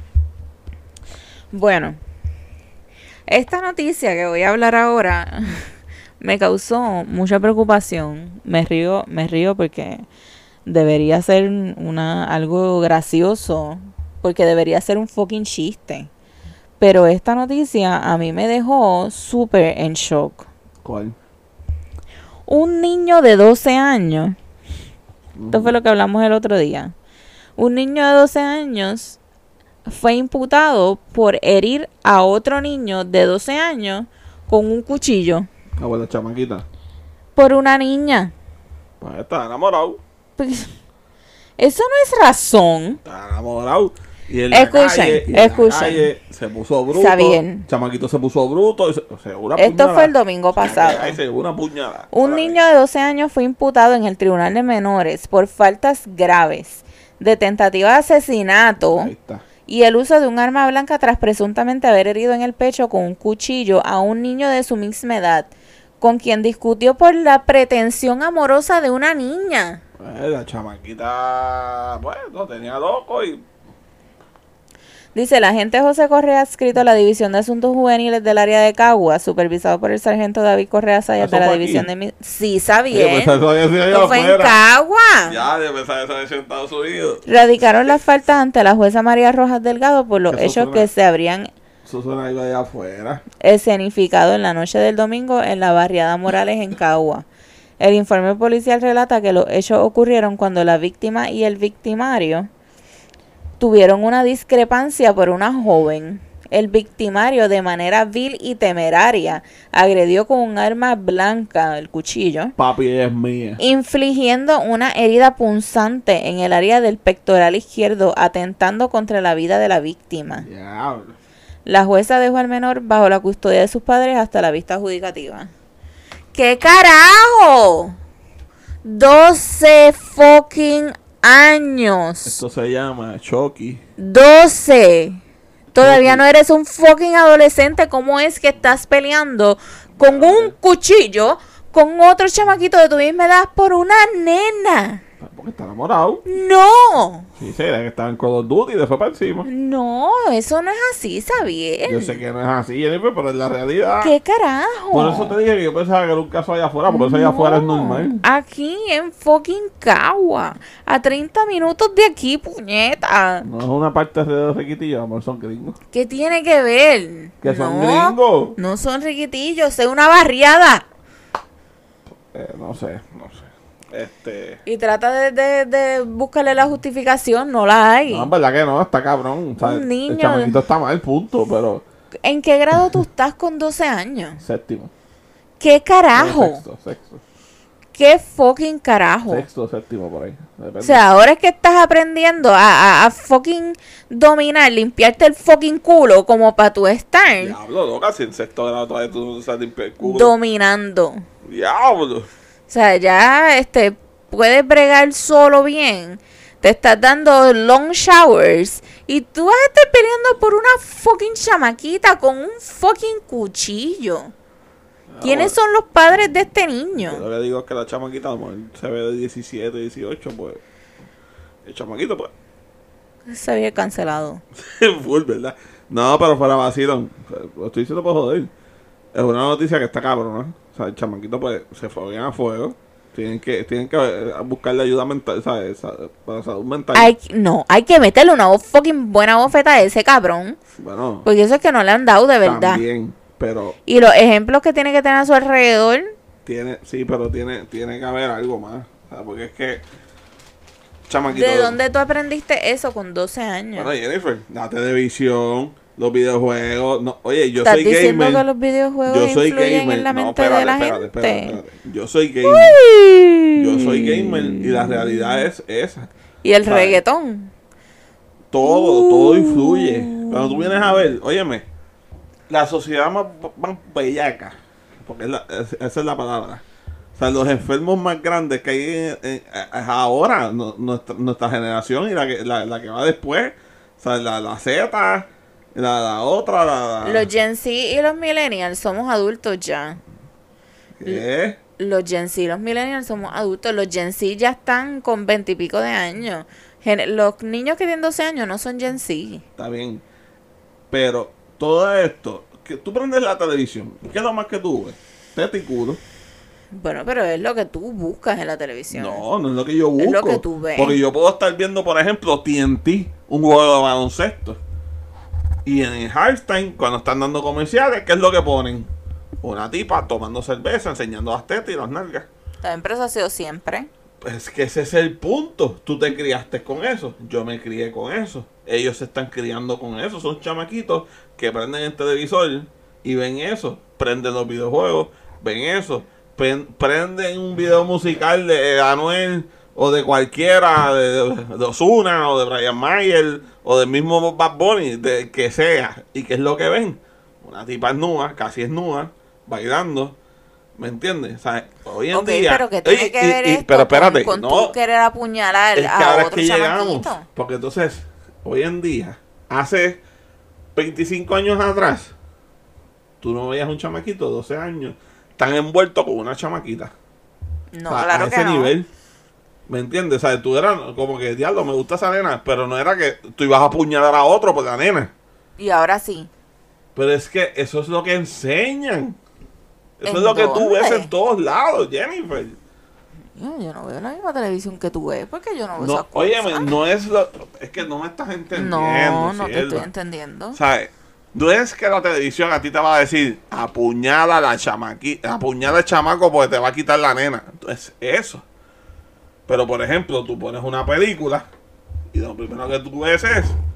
Bueno, esta noticia que voy a hablar ahora me causó mucha preocupación. Me río porque debería ser algo gracioso, porque debería ser un fucking chiste. Pero esta noticia a mí me dejó súper en shock. ¿Cuál? Un niño de 12 años, esto fue lo que hablamos el otro día, un niño de 12 años fue imputado por herir a otro niño de 12 años con un cuchillo. Bueno, chamaquita. Por una niña. Pues está enamorado. Pues, eso no es razón. Está enamorado. Y en escuchen. La calle se puso bruto. Está bien. Chamaquito se puso bruto. Esto fue el domingo pasado. Una puñalada. Un niño de 12 años fue imputado en el Tribunal de Menores por faltas graves de tentativa de asesinato y el uso de un arma blanca tras presuntamente haber herido en el pecho con un cuchillo a un niño de su misma edad, con quien discutió por la pretensión amorosa de una niña. La chamaquita, lo tenía loco y... Dice, el agente José Correa, adscrito a la División de Asuntos Juveniles del área de Cagua, supervisado por el sargento David Correa Sayas de la División de... Sí, sabía. Esto fue en Cagua. Ya, yo pensaba que eso en Estados Unidos. Radicaron las faltas ante la jueza María Rojas Delgado por los hechos que se habrían... Eso suena algo allá afuera. Escenificado en la noche del domingo en la barriada Morales en Cagua. El informe policial relata que los hechos ocurrieron cuando la víctima y el victimario tuvieron una discrepancia por una joven el victimario de manera vil y temeraria agredió con un arma blanca, el cuchillo, papi es mía, infligiendo una herida punzante en el área del pectoral izquierdo, atentando contra la vida de la víctima. Diablo. La jueza dejó al menor bajo la custodia de sus padres hasta la vista adjudicativa. ¿Qué carajo? 12 fucking años. Esto se llama Chucky. 12. Todavía no eres un fucking adolescente. ¿Cómo es que estás peleando con un cuchillo con otro chamaquito de tu misma edad por una nena? Porque está enamorado. No. Sí, era que estaba en Call of Duty y después para encima. No, eso no es así, Xavier. Yo sé que no es así, Jennifer, pero es la realidad. ¿Qué carajo? Por eso te dije que yo pensaba que era un caso allá afuera, porque eso allá afuera es normal. Aquí en fucking Cagua, a 30 minutos de aquí, puñeta. No es una parte de riquitillos, amor, son gringos. ¿Qué tiene que ver? ¿Que son gringos? No son riquitillos, es una barriada. No sé. Y trata de buscarle la justificación, no la hay. No, en verdad que no, está cabrón. O sea, Un niño. El chamaquito está mal, punto, pero... ¿En qué grado tú estás con 12 años? Séptimo. ¿Qué carajo? Sexto. ¿Qué fucking carajo? Sexto, séptimo, por ahí. Depende. O sea, ahora es que estás aprendiendo a fucking dominar, limpiarte el fucking culo como para tú estar Diablo, loca, si en sexto grado todavía tú no sabes limpiar el culo. dominando. Diablo. O sea, ya puedes bregar solo bien. Te estás dando long showers. Y tú vas a estar peleando por una fucking chamaquita con un fucking cuchillo. ¿Quiénes son los padres de este niño? Yo lo que digo es que la chamaquita, a lo mejor se ve de 17, 18, pues... El chamaquito, pues... Se había cancelado. Full, ¿verdad? No, pero fuera vacilón. Lo estoy diciendo por joder. Es una noticia que está cabrón, ¿no? O sea, el chamaquito, pues, se fue bien a fuego. Tienen que buscarle ayuda mental, ¿sabes? Para salud mental. Hay que meterle una fucking buena bofeta a ese cabrón. Bueno. Porque eso es que no le han dado de verdad. También, pero... Y los ejemplos que tiene que tener a su alrededor. Sí, pero tiene que haber algo más. O sea, porque es que... Chamaquito... ¿De dónde tú aprendiste eso con 12 años? Bueno, Jennifer, la televisión, los videojuegos... No, oye, yo ¿Estás soy gamer. diciendo que los videojuegos Yo soy influyen gamer. en la No, mente espérate, de la espérate. gente? Yo soy gamer. Yo soy gamer y la realidad es esa. ¿Y el ¿sabes? reggaetón? Todo influye. Cuando tú vienes a ver, óyeme, la sociedad más bellaca, porque esa es la palabra. O sea, los enfermos más grandes que hay ahora, nuestra generación y la que va después, o sea, la Z, la otra, Los Gen Z y los Millennials somos adultos ya. ¿Qué? Los Gen Z y los Millennials somos adultos. Los Gen Z ya están con 20 y pico de años. Los niños que tienen 12 años no son Gen Z. Está bien. Pero todo esto, que tú prendes la televisión, ¿qué es lo más que tú ves? Teta y culo. Bueno, pero es lo que tú buscas en la televisión. No es lo que yo busco. Es lo que tú ves. Porque yo puedo estar viendo, por ejemplo, TNT, un juego de baloncesto. Y en el halftime, cuando están dando comerciales, ¿qué es lo que ponen? Una tipa tomando cerveza, enseñando las tetas y las nalgas. También, pero eso ha sido siempre. Pues que ese es el punto. Tú te criaste con eso. Yo me crié con eso. Ellos se están criando con eso. Son chamaquitos que prenden el televisor y ven eso. Prenden los videojuegos, ven eso. Prenden un video musical de Anuel o de cualquiera, de Ozuna o de Brian Mayer o del mismo Bad Bunny, de que sea. ¿Y qué es lo que ven? Una tipa desnuda, casi desnuda, bailando. ¿Me entiendes? O sea, hoy en día... pero que tiene que ver esto pero espérate, con no, tú querer apuñalar es que a ahora otro es que chamaquito. llegamos. Porque entonces, hoy en día, hace 25 años atrás, tú no veías un chamaquito de 12 años tan envuelto con una chamaquita. No, o sea, claro a que ese no. nivel. ¿Me entiendes? O sea, tú eras como que, diablo, me gusta esa nena, pero no era que tú ibas a apuñalar a otro por la nena. Y ahora sí. Pero es que eso es lo que enseñan. Eso ¿En es lo que tú ves dónde? en todos lados, Jennifer. Yo no veo la misma televisión que tú ves, porque yo no veo No, esas cosas. óyeme, no es lo... Es que no me estás entendiendo. No te Sierva. estoy entendiendo. ¿Sabes? No es que la televisión a ti te va a decir apuñala a la chamaquita, apuñala al chamaco porque te va a quitar la nena. Entonces, eso. Pero, por ejemplo, tú pones una película y lo primero que tú ves es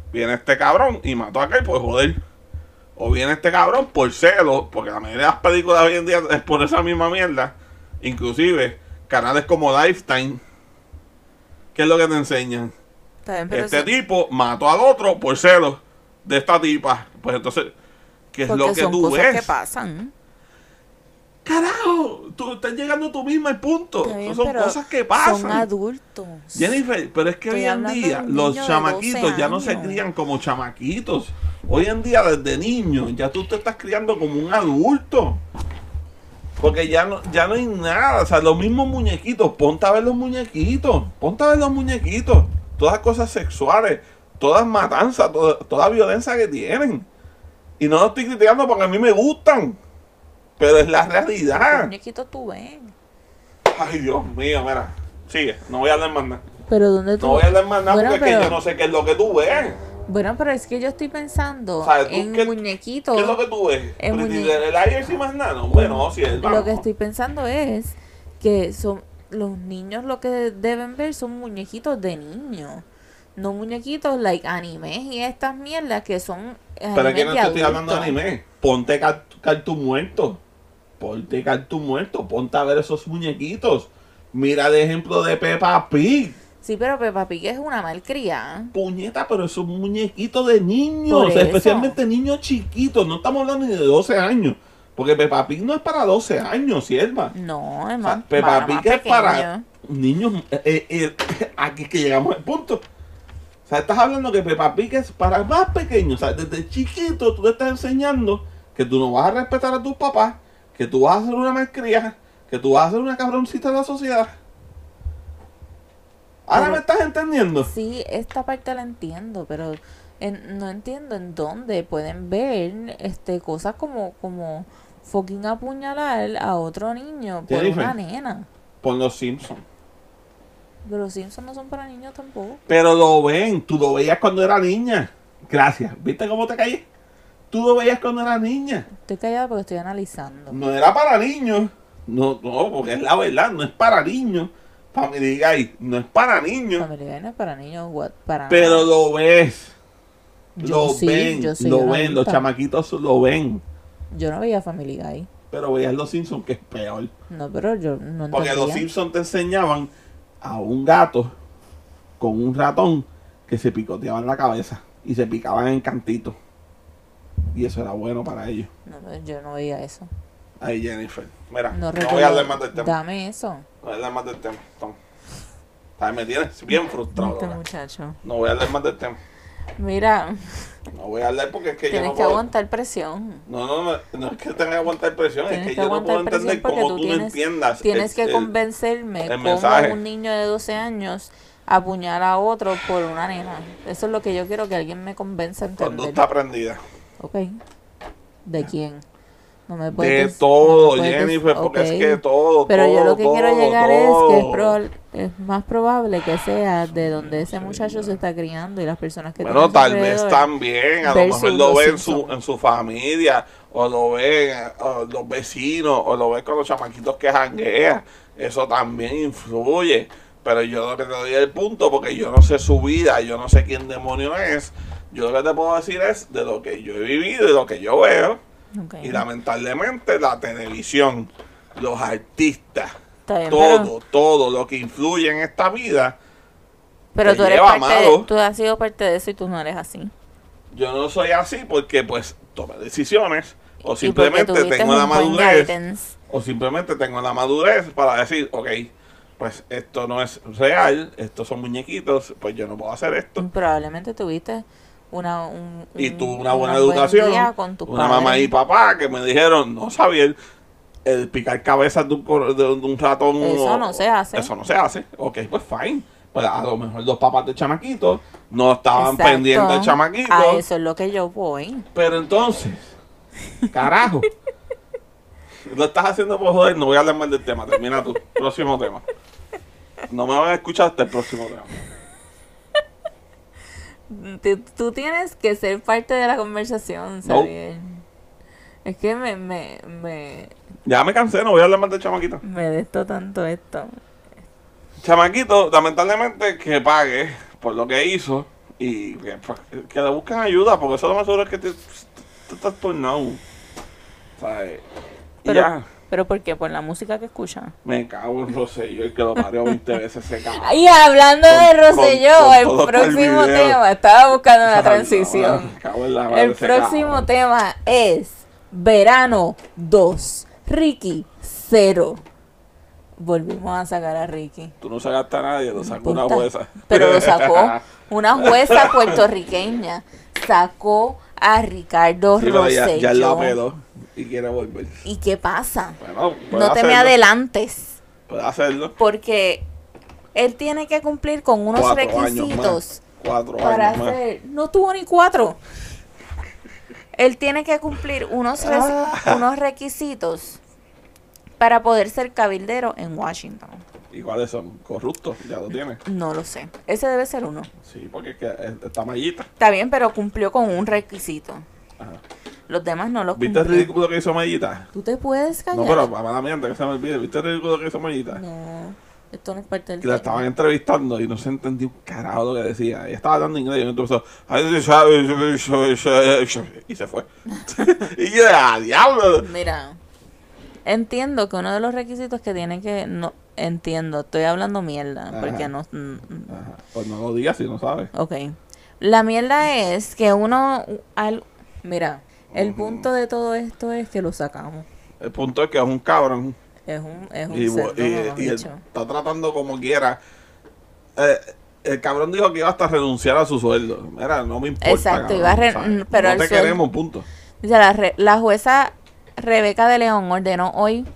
Viene este cabrón y mató a aquel por joder. O viene este cabrón por celos, porque la mayoría de las películas hoy en día es por esa misma mierda. Inclusive, canales como Lifetime, ¿qué es lo que te enseñan? Bien, Este tipo mató al otro por celos de esta tipa. Pues entonces, ¿qué es lo que tú cosas ves? Que pasan. Carajo, tú estás llegando tú mismo al punto. Bien, son cosas que pasan. Son adultos. Jennifer, pero es que hoy en día los chamaquitos ya no se crían como chamaquitos. Hoy en día desde niños ya tú te estás criando como un adulto. Porque ya no hay nada. O sea, los mismos muñequitos. Ponte a ver los muñequitos. Ponte a ver los muñequitos. Todas cosas sexuales. Todas matanzas. Toda violencia que tienen. Y no los estoy criticando porque a mí me gustan. Pero es la realidad. ¿Qué muñequito tú ves? Ay, Dios mío, mira. Sigue. No voy a hablar más nada. Pero ¿dónde tú? No voy a hablar más nada Bueno, porque pero... es que yo no sé qué es lo que tú ves. Bueno, pero es que yo estoy pensando en muñequitos. ¿Qué es lo que tú ves? En ¿El aire y más nada? No, bueno, si es lo que estoy pensando es que son los niños lo que deben ver son muñequitos de niños. No muñequitos like animes y estas mierdas que son pero es que no te estoy hablando de anime. Ponte Cartoon Muerto. Ponte Cartoon Muerto. Ponte a ver esos muñequitos. Mira de ejemplo de Peppa Pig. Sí, pero Peppa Pig es una malcriada. Puñeta, pero esos muñequitos de niños, especialmente niños chiquitos, no estamos hablando ni de 12 años, porque Peppa Pig no es para 12 años, sierva. No, es más, Peppa Pig es para niños, aquí que llegamos al punto. O sea, estás hablando que Peppa Pig es para más pequeños, o sea, desde chiquito tú te estás enseñando que tú no vas a respetar a tus papás, que tú vas a ser una malcriada, que tú vas a ser una cabroncita de la sociedad. ¿Ahora me estás entendiendo? Sí, esta parte la entiendo, pero no entiendo en dónde pueden ver cosas como fucking apuñalar a otro niño por una nena. Por los Simpsons. Pero los Simpsons no son para niños tampoco. Pero lo ven, tú lo veías cuando era niña. Gracias. ¿Viste cómo te caí? Tú lo veías cuando era niña. Estoy callada porque estoy analizando. No era para niños. No, porque es la verdad, no es para niños. Family Guy no es para niños. Family Guy no es para niños, pero lo ves. Yo lo ven, los chamaquitos lo ven. Yo no veía Family Guy. Pero veías los Simpsons, que es peor. No, pero yo no entendía. Porque los Simpsons te enseñaban a un gato con un ratón que se picoteaban la cabeza y se picaban en cantitos. Y eso era bueno para ellos. No, yo no veía eso. Ay, Jennifer. Mira, no voy a hablar más del tema. Dame eso. No voy a hablar más del tema. Toma. Me tienes bien frustrado. Este muchacho. No voy a hablar más del tema. Mira. No voy a hablar porque es que tienes yo no que aguantar presión. No es que tenga que aguantar presión. Es que yo no puedo entender cómo tú no entiendas. Tienes que convencerme cómo un niño de 12 años apuñala a otro por una nena. Eso es lo que yo quiero que alguien me convenza a entender. Cuando está prendida. Ok. ¿De quién? No me puedes de todo, Jennifer, porque es que todo. Pero yo lo que quiero llegar es que es más probable que sea de donde ese muchacho se está criando y las personas que bueno, tal vez también, a lo mejor lo ve en su familia, o lo ve los vecinos, o lo ve con los chamaquitos que janguean. Eso también influye. Pero yo lo que te doy el punto, porque yo no sé su vida, yo no sé quién demonio es. Yo lo que te puedo decir es de lo que yo he vivido y lo que yo veo. Okay. Y lamentablemente la televisión, los artistas, bien, todo lo que influye en esta vida. Pero tú eres tú has sido parte de eso y tú no eres así. Yo no soy así porque pues tomé decisiones o simplemente tengo la madurez. O simplemente tengo la madurez para decir, ok, pues esto no es real, estos son muñequitos, pues yo no puedo hacer esto. Probablemente tuviste y tuve una buena educación, una mamá y papá que me dijeron, no sabía el picar cabezas de un ratón. Eso no se hace. Eso no se hace. Ok, pues fine. Pues a lo mejor los papás de chamaquitos no estaban pendientes del chamaquito. A eso es lo que yo voy. Pero entonces, carajo, lo estás haciendo por joder. No voy a hablar más del tema. Termina tu próximo tema. No me van a escuchar hasta el próximo tema. Tú tienes que ser parte de la conversación, ¿sabes? No. Es que ya me cansé, no voy a hablar más del chamaquito. Me desto tanto esto. Chamaquito, lamentablemente, que pague por lo que hizo. Y que le busquen ayuda, porque eso lo más seguro es que te estás tornado. ¿Sabes? Y ya. ¿Pero por qué? ¿Por la música que escuchan? Me cago en Rosselló, el que lo parió 20 veces se cago. Y hablando de Rosselló, el próximo tema, estaba buscando una transición. El próximo tema es Verano 2, Ricky 0. Volvimos a sacar a Ricky. Tú no sacaste a nadie, lo sacó una jueza. Pero lo sacó una jueza puertorriqueña. Sacó a Ricardo Rosselló. Ya la peló y quiere volver. ¿Y qué pasa? Bueno, no te me adelantes. Puede hacerlo. Porque él tiene que cumplir con unos 4 requisitos. 4 para años hacer. No tuvo ni 4. Él tiene que cumplir unos requisitos para poder ser cabildero en Washington. ¿Y cuáles son? ¿Corruptos? ¿Ya lo tiene? No lo sé. Ese debe ser uno. Sí, porque es que está mallita. Está bien, pero cumplió con un requisito. Ajá. Los demás no lo cumplieron. ¿Viste el ridículo que hizo Mallita? ¿Tú te puedes callar? No, pero para la mierda que se me olvide. ¿Viste el ridículo que hizo Mallita? No, esto no es parte del Que la estaban entrevistando y no se entendió un carajo lo que decía. Ella estaba hablando inglés y entonces y se fue. Y yo, ¡ah, diablo! Mira, entiendo que uno de los requisitos que tiene que... No, entiendo, estoy hablando mierda. Ajá. Porque no... Ajá. Pues no lo digas si no sabes. Ok. La mierda es que uno... Mira, el punto de todo esto es que lo sacamos. El punto es que es un cabrón. Es un Y cerdo, él está tratando como quiera. El cabrón dijo que iba hasta a renunciar a su sueldo. Mira, no me importa. Exacto, cabrón, pero no te queremos, punto. Dice, la jueza Rebeca de León ordenó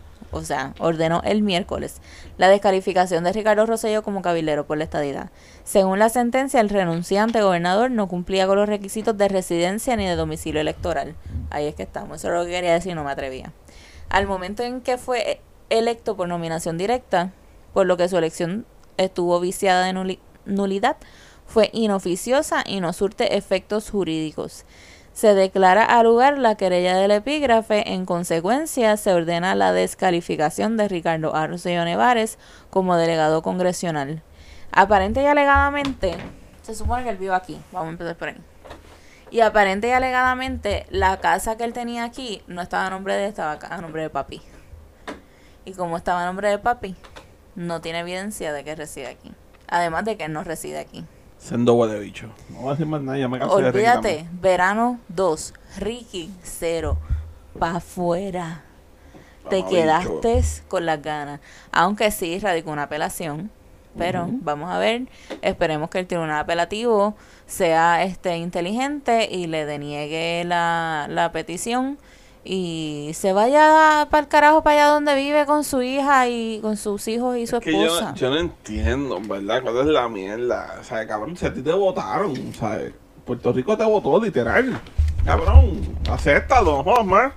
el miércoles la descalificación de Ricardo Rosselló como cabildero por la estadidad. Según la sentencia, el renunciante gobernador no cumplía con los requisitos de residencia ni de domicilio electoral. Ahí es que estamos, eso es lo que quería decir, no me atrevía. Al momento en que fue electo por nominación directa, por lo que su elección estuvo viciada de nulidad, fue inoficiosa y no surte efectos jurídicos. Se declara al lugar la querella del epígrafe. En consecuencia, se ordena la descalificación de Ricardo A. Rosselló Nevares como delegado congresional. Aparente y alegadamente, se supone que él vive aquí. Vamos a empezar por ahí. Y aparente y alegadamente, la casa que él tenía aquí no estaba a nombre de él, estaba a nombre de papi. Y como estaba a nombre de papi, no tiene evidencia de que reside aquí. Además de que él no reside aquí. Sendo huele bicho. No voy a decir más nada, ya me cansé de Ricky. Olvídate, Verano 2, Ricky 0, pa' afuera. Te quedaste bicho con las ganas. Aunque sí radicó una apelación. Pero vamos a ver, esperemos que el tribunal apelativo sea inteligente y le deniegue la petición y se vaya para el carajo, para allá donde vive con su hija y con sus hijos y su esposa. Yo no entiendo, ¿verdad? ¿Cuál es la mierda? O sea, cabrón, si a ti te votaron, ¿sabes? Puerto Rico te votó, literal. Cabrón, acéptalo, no jodas más.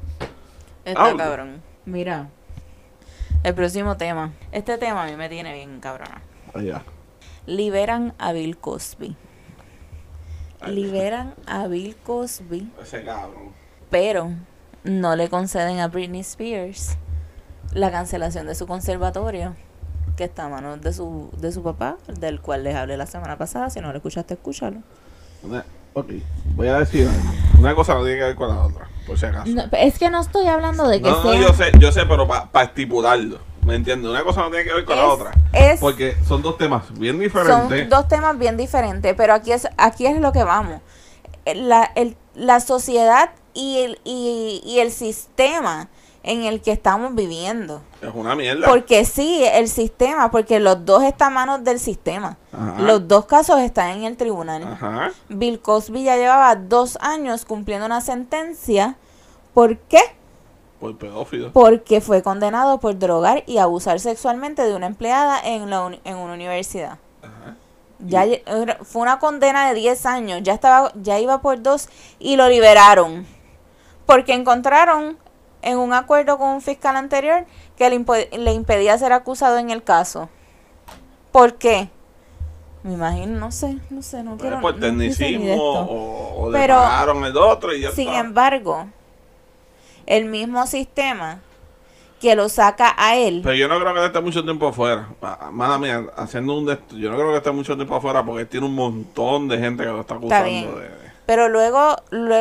Cabrón. Mira, el próximo tema. Este tema a mí me tiene bien cabrona. Allá. Liberan a Bill Cosby. Liberan a Bill Cosby. Ese cabrón. Pero no le conceden a Britney Spears la cancelación de su conservatorio, que está a manos de su papá, del cual les hablé la semana pasada. Si no lo escuchaste, escúchalo. Ok, voy a decir una cosa no tiene que ver con la otra, por si acaso. No, es que no estoy hablando de que sea... No, yo sé, pero para estipularlo, ¿me entiendes? Una cosa no tiene que ver con la otra, porque son dos temas bien diferentes. Son dos temas bien diferentes, pero aquí es lo que vamos. La sociedad y el sistema en el que estamos viviendo. Es una mierda. Porque sí, el sistema, porque los dos están a manos del sistema. Ajá. Los dos casos están en el tribunal. Ajá. Bill Cosby ya llevaba 2 años cumpliendo una sentencia. ¿Por qué? Por pedófilo. Porque fue condenado por drogar y abusar sexualmente de una empleada en una universidad. Ajá. Ya fue una condena de 10 años. Ya iba por 2 y lo liberaron. Porque encontraron en un acuerdo con un fiscal anterior que le impedía ser acusado en el caso. ¿Por qué? Me imagino, no sé, no quiero... Por tecnicismo o le pero, pagaron el otro y ya sin está. embargo, el mismo sistema que lo saca a él. Pero yo no creo que él esté mucho tiempo afuera. Mala mía, haciendo yo no creo que esté mucho tiempo afuera porque él tiene un montón de gente que lo está acusando Pero luego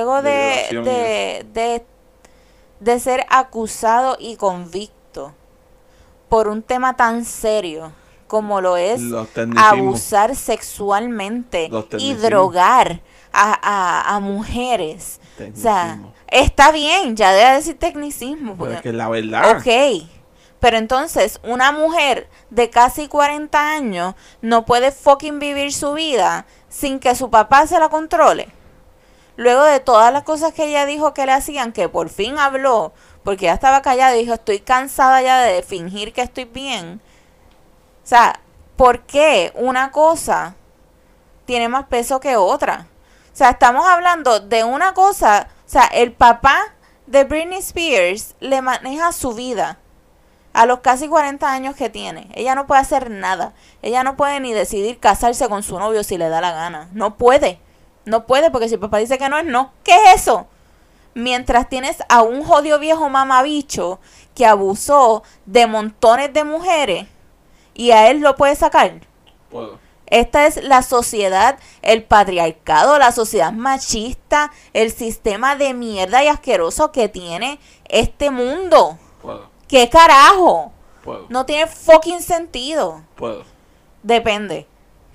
de ser acusado y convicto por un tema tan serio como lo es abusar sexualmente y drogar a mujeres. O sea, está bien, ya debe decir tecnicismo. Pero es que es la verdad. Ok, pero entonces una mujer de casi 40 años no puede fucking vivir su vida sin que su papá se la controle. Luego de todas las cosas que ella dijo que le hacían, que por fin habló, porque ella estaba callada y dijo, estoy cansada ya de fingir que estoy bien. O sea, ¿por qué una cosa tiene más peso que otra? O sea, estamos hablando de una cosa, o sea, el papá de Britney Spears le maneja su vida a los casi 40 años que tiene. Ella no puede hacer nada. Ella no puede ni decidir casarse con su novio si le da la gana. No puede. No puede porque si el papá dice que no es no. ¿Qué es eso? Mientras tienes a un jodido viejo mamabicho que abusó de montones de mujeres y a él lo puede sacar. Puedo. Esta es la sociedad, el patriarcado, la sociedad machista, el sistema de mierda y asqueroso que tiene este mundo. Puedo. ¿Qué carajo? Puedo. No tiene fucking sentido. Puedo. Depende.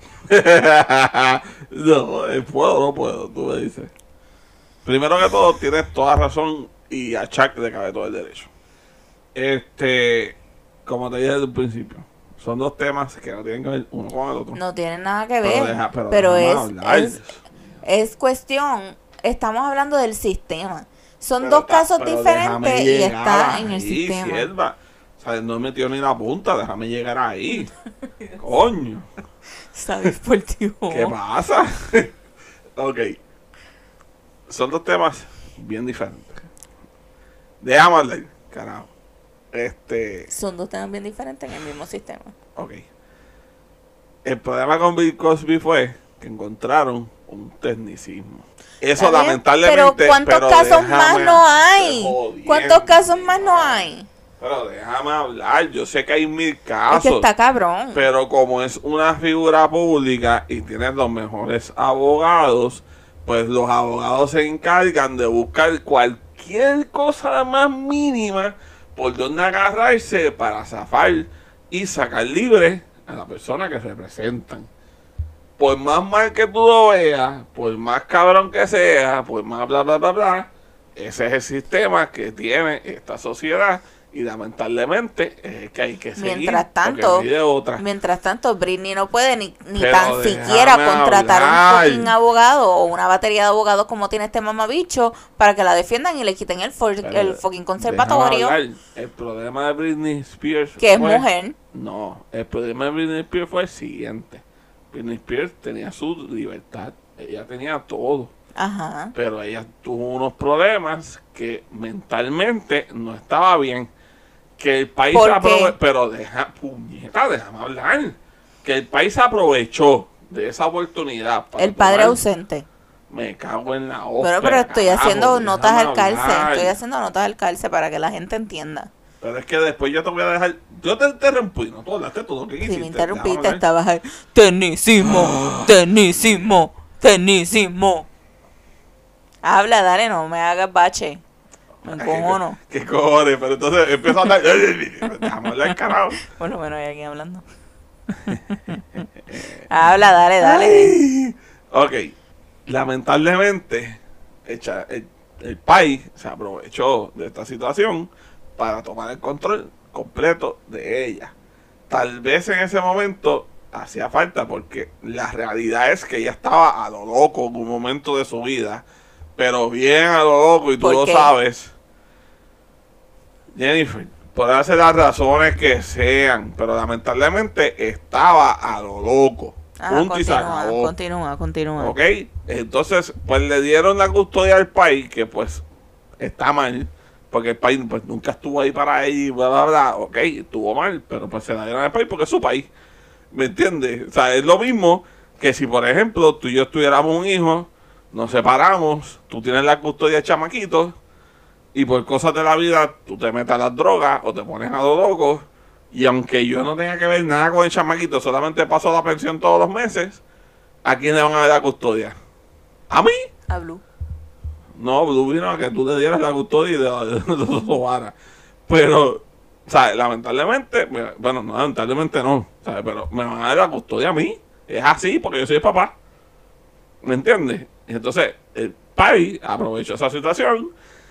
No, puedo o no puedo, tú me dices. Primero que todo, tienes toda razón y a Chuck le cabe todo el derecho. Como te dije desde el principio, son dos temas que no tienen que ver uno con el otro. No tienen nada que ver. Pero es cuestión, estamos hablando del sistema. Son dos casos diferentes y está en el sistema. Sierva. O sea, no he metido ni la punta, déjame llegar ahí. Coño. ¿Sabes por ti? ¿Qué pasa? Ok. Son dos temas bien diferentes. Déjame hablar, carajo. Son dos temas bien diferentes en el mismo sistema. Ok. El problema con Bill Cosby fue que encontraron un tecnicismo. Eso lamentablemente. Pero ¿cuántos casos más no hay? ¿Cuántos casos más no hay? Pero déjame hablar, yo sé que hay 1000 casos. Es que está cabrón. Pero como es una figura pública y tienes los mejores abogados, pues los abogados se encargan de buscar cualquier cosa más mínima por donde agarrarse para zafar y sacar libre a la persona que representan. Por más mal que tú lo veas, por más cabrón que sea, por más bla bla bla bla, ese es el sistema que tiene esta sociedad. Y lamentablemente es que hay que seguir. Mientras tanto, Britney no puede ni tan siquiera contratar un fucking abogado o una batería de abogados como tiene este mamabicho para que la defiendan y le quiten el fucking conservatorio. El problema de Britney Spears que es mujer. No, el problema de Britney Spears fue el siguiente. Britney Spears tenía su libertad, ella tenía todo. Ajá. Pero ella tuvo unos problemas que mentalmente no estaba bien. Que el país aprovechó, pero déjame hablar. Que el país aprovechó de esa oportunidad. El padre ausente. Me cago en la ópera. Pero estoy haciendo notas al calce. Estoy haciendo notas al calce para que la gente entienda. Pero es que después yo te voy a dejar. Yo te interrumpí, no tú hablaste todo lo que quisiste. Si me interrumpiste, estabas ahí. Tecnicismo, tecnicismo, tecnicismo. Habla, dale, no me hagas bache. Me encojono. ¿Qué cojones? Pero entonces empiezo a hablar. Déjame hablar, carajo. Bueno, hay alguien hablando. Habla, dale. Ok. Lamentablemente, el país se aprovechó de esta situación para tomar el control completo de ella. Tal vez en ese momento hacía falta porque la realidad es que ella estaba a lo loco en un momento de su vida. Pero bien a lo loco y tú lo sabes. Jennifer, podrá ser las razones que sean, pero lamentablemente estaba a lo loco. Continúa. Ok, entonces pues le dieron la custodia al país, que pues está mal, porque el país pues nunca estuvo ahí para ella y bla bla bla. Ok, estuvo mal, pero pues se la dieron al país porque es su país. ¿Me entiendes? O sea, es lo mismo que si por ejemplo tú y yo estuviéramos un hijo, nos separamos, tú tienes la custodia de chamaquitos, y por cosas de la vida tú te metes a las drogas o te pones a lo loco, y aunque yo no tenga que ver nada con el chamaquito, solamente paso la pensión todos los meses, ¿a quién le van a dar la custodia? ¿A mí? A Blue. No, Blue vino a que tú le dieras la custodia y de los sobaras. Pero, ¿sabes? Lamentablemente, bueno, no, lamentablemente no, ¿sabes? Pero me van a dar la custodia a mí. Es así, porque yo soy el papá. ¿Me entiendes? Y entonces, el país aprovechó esa situación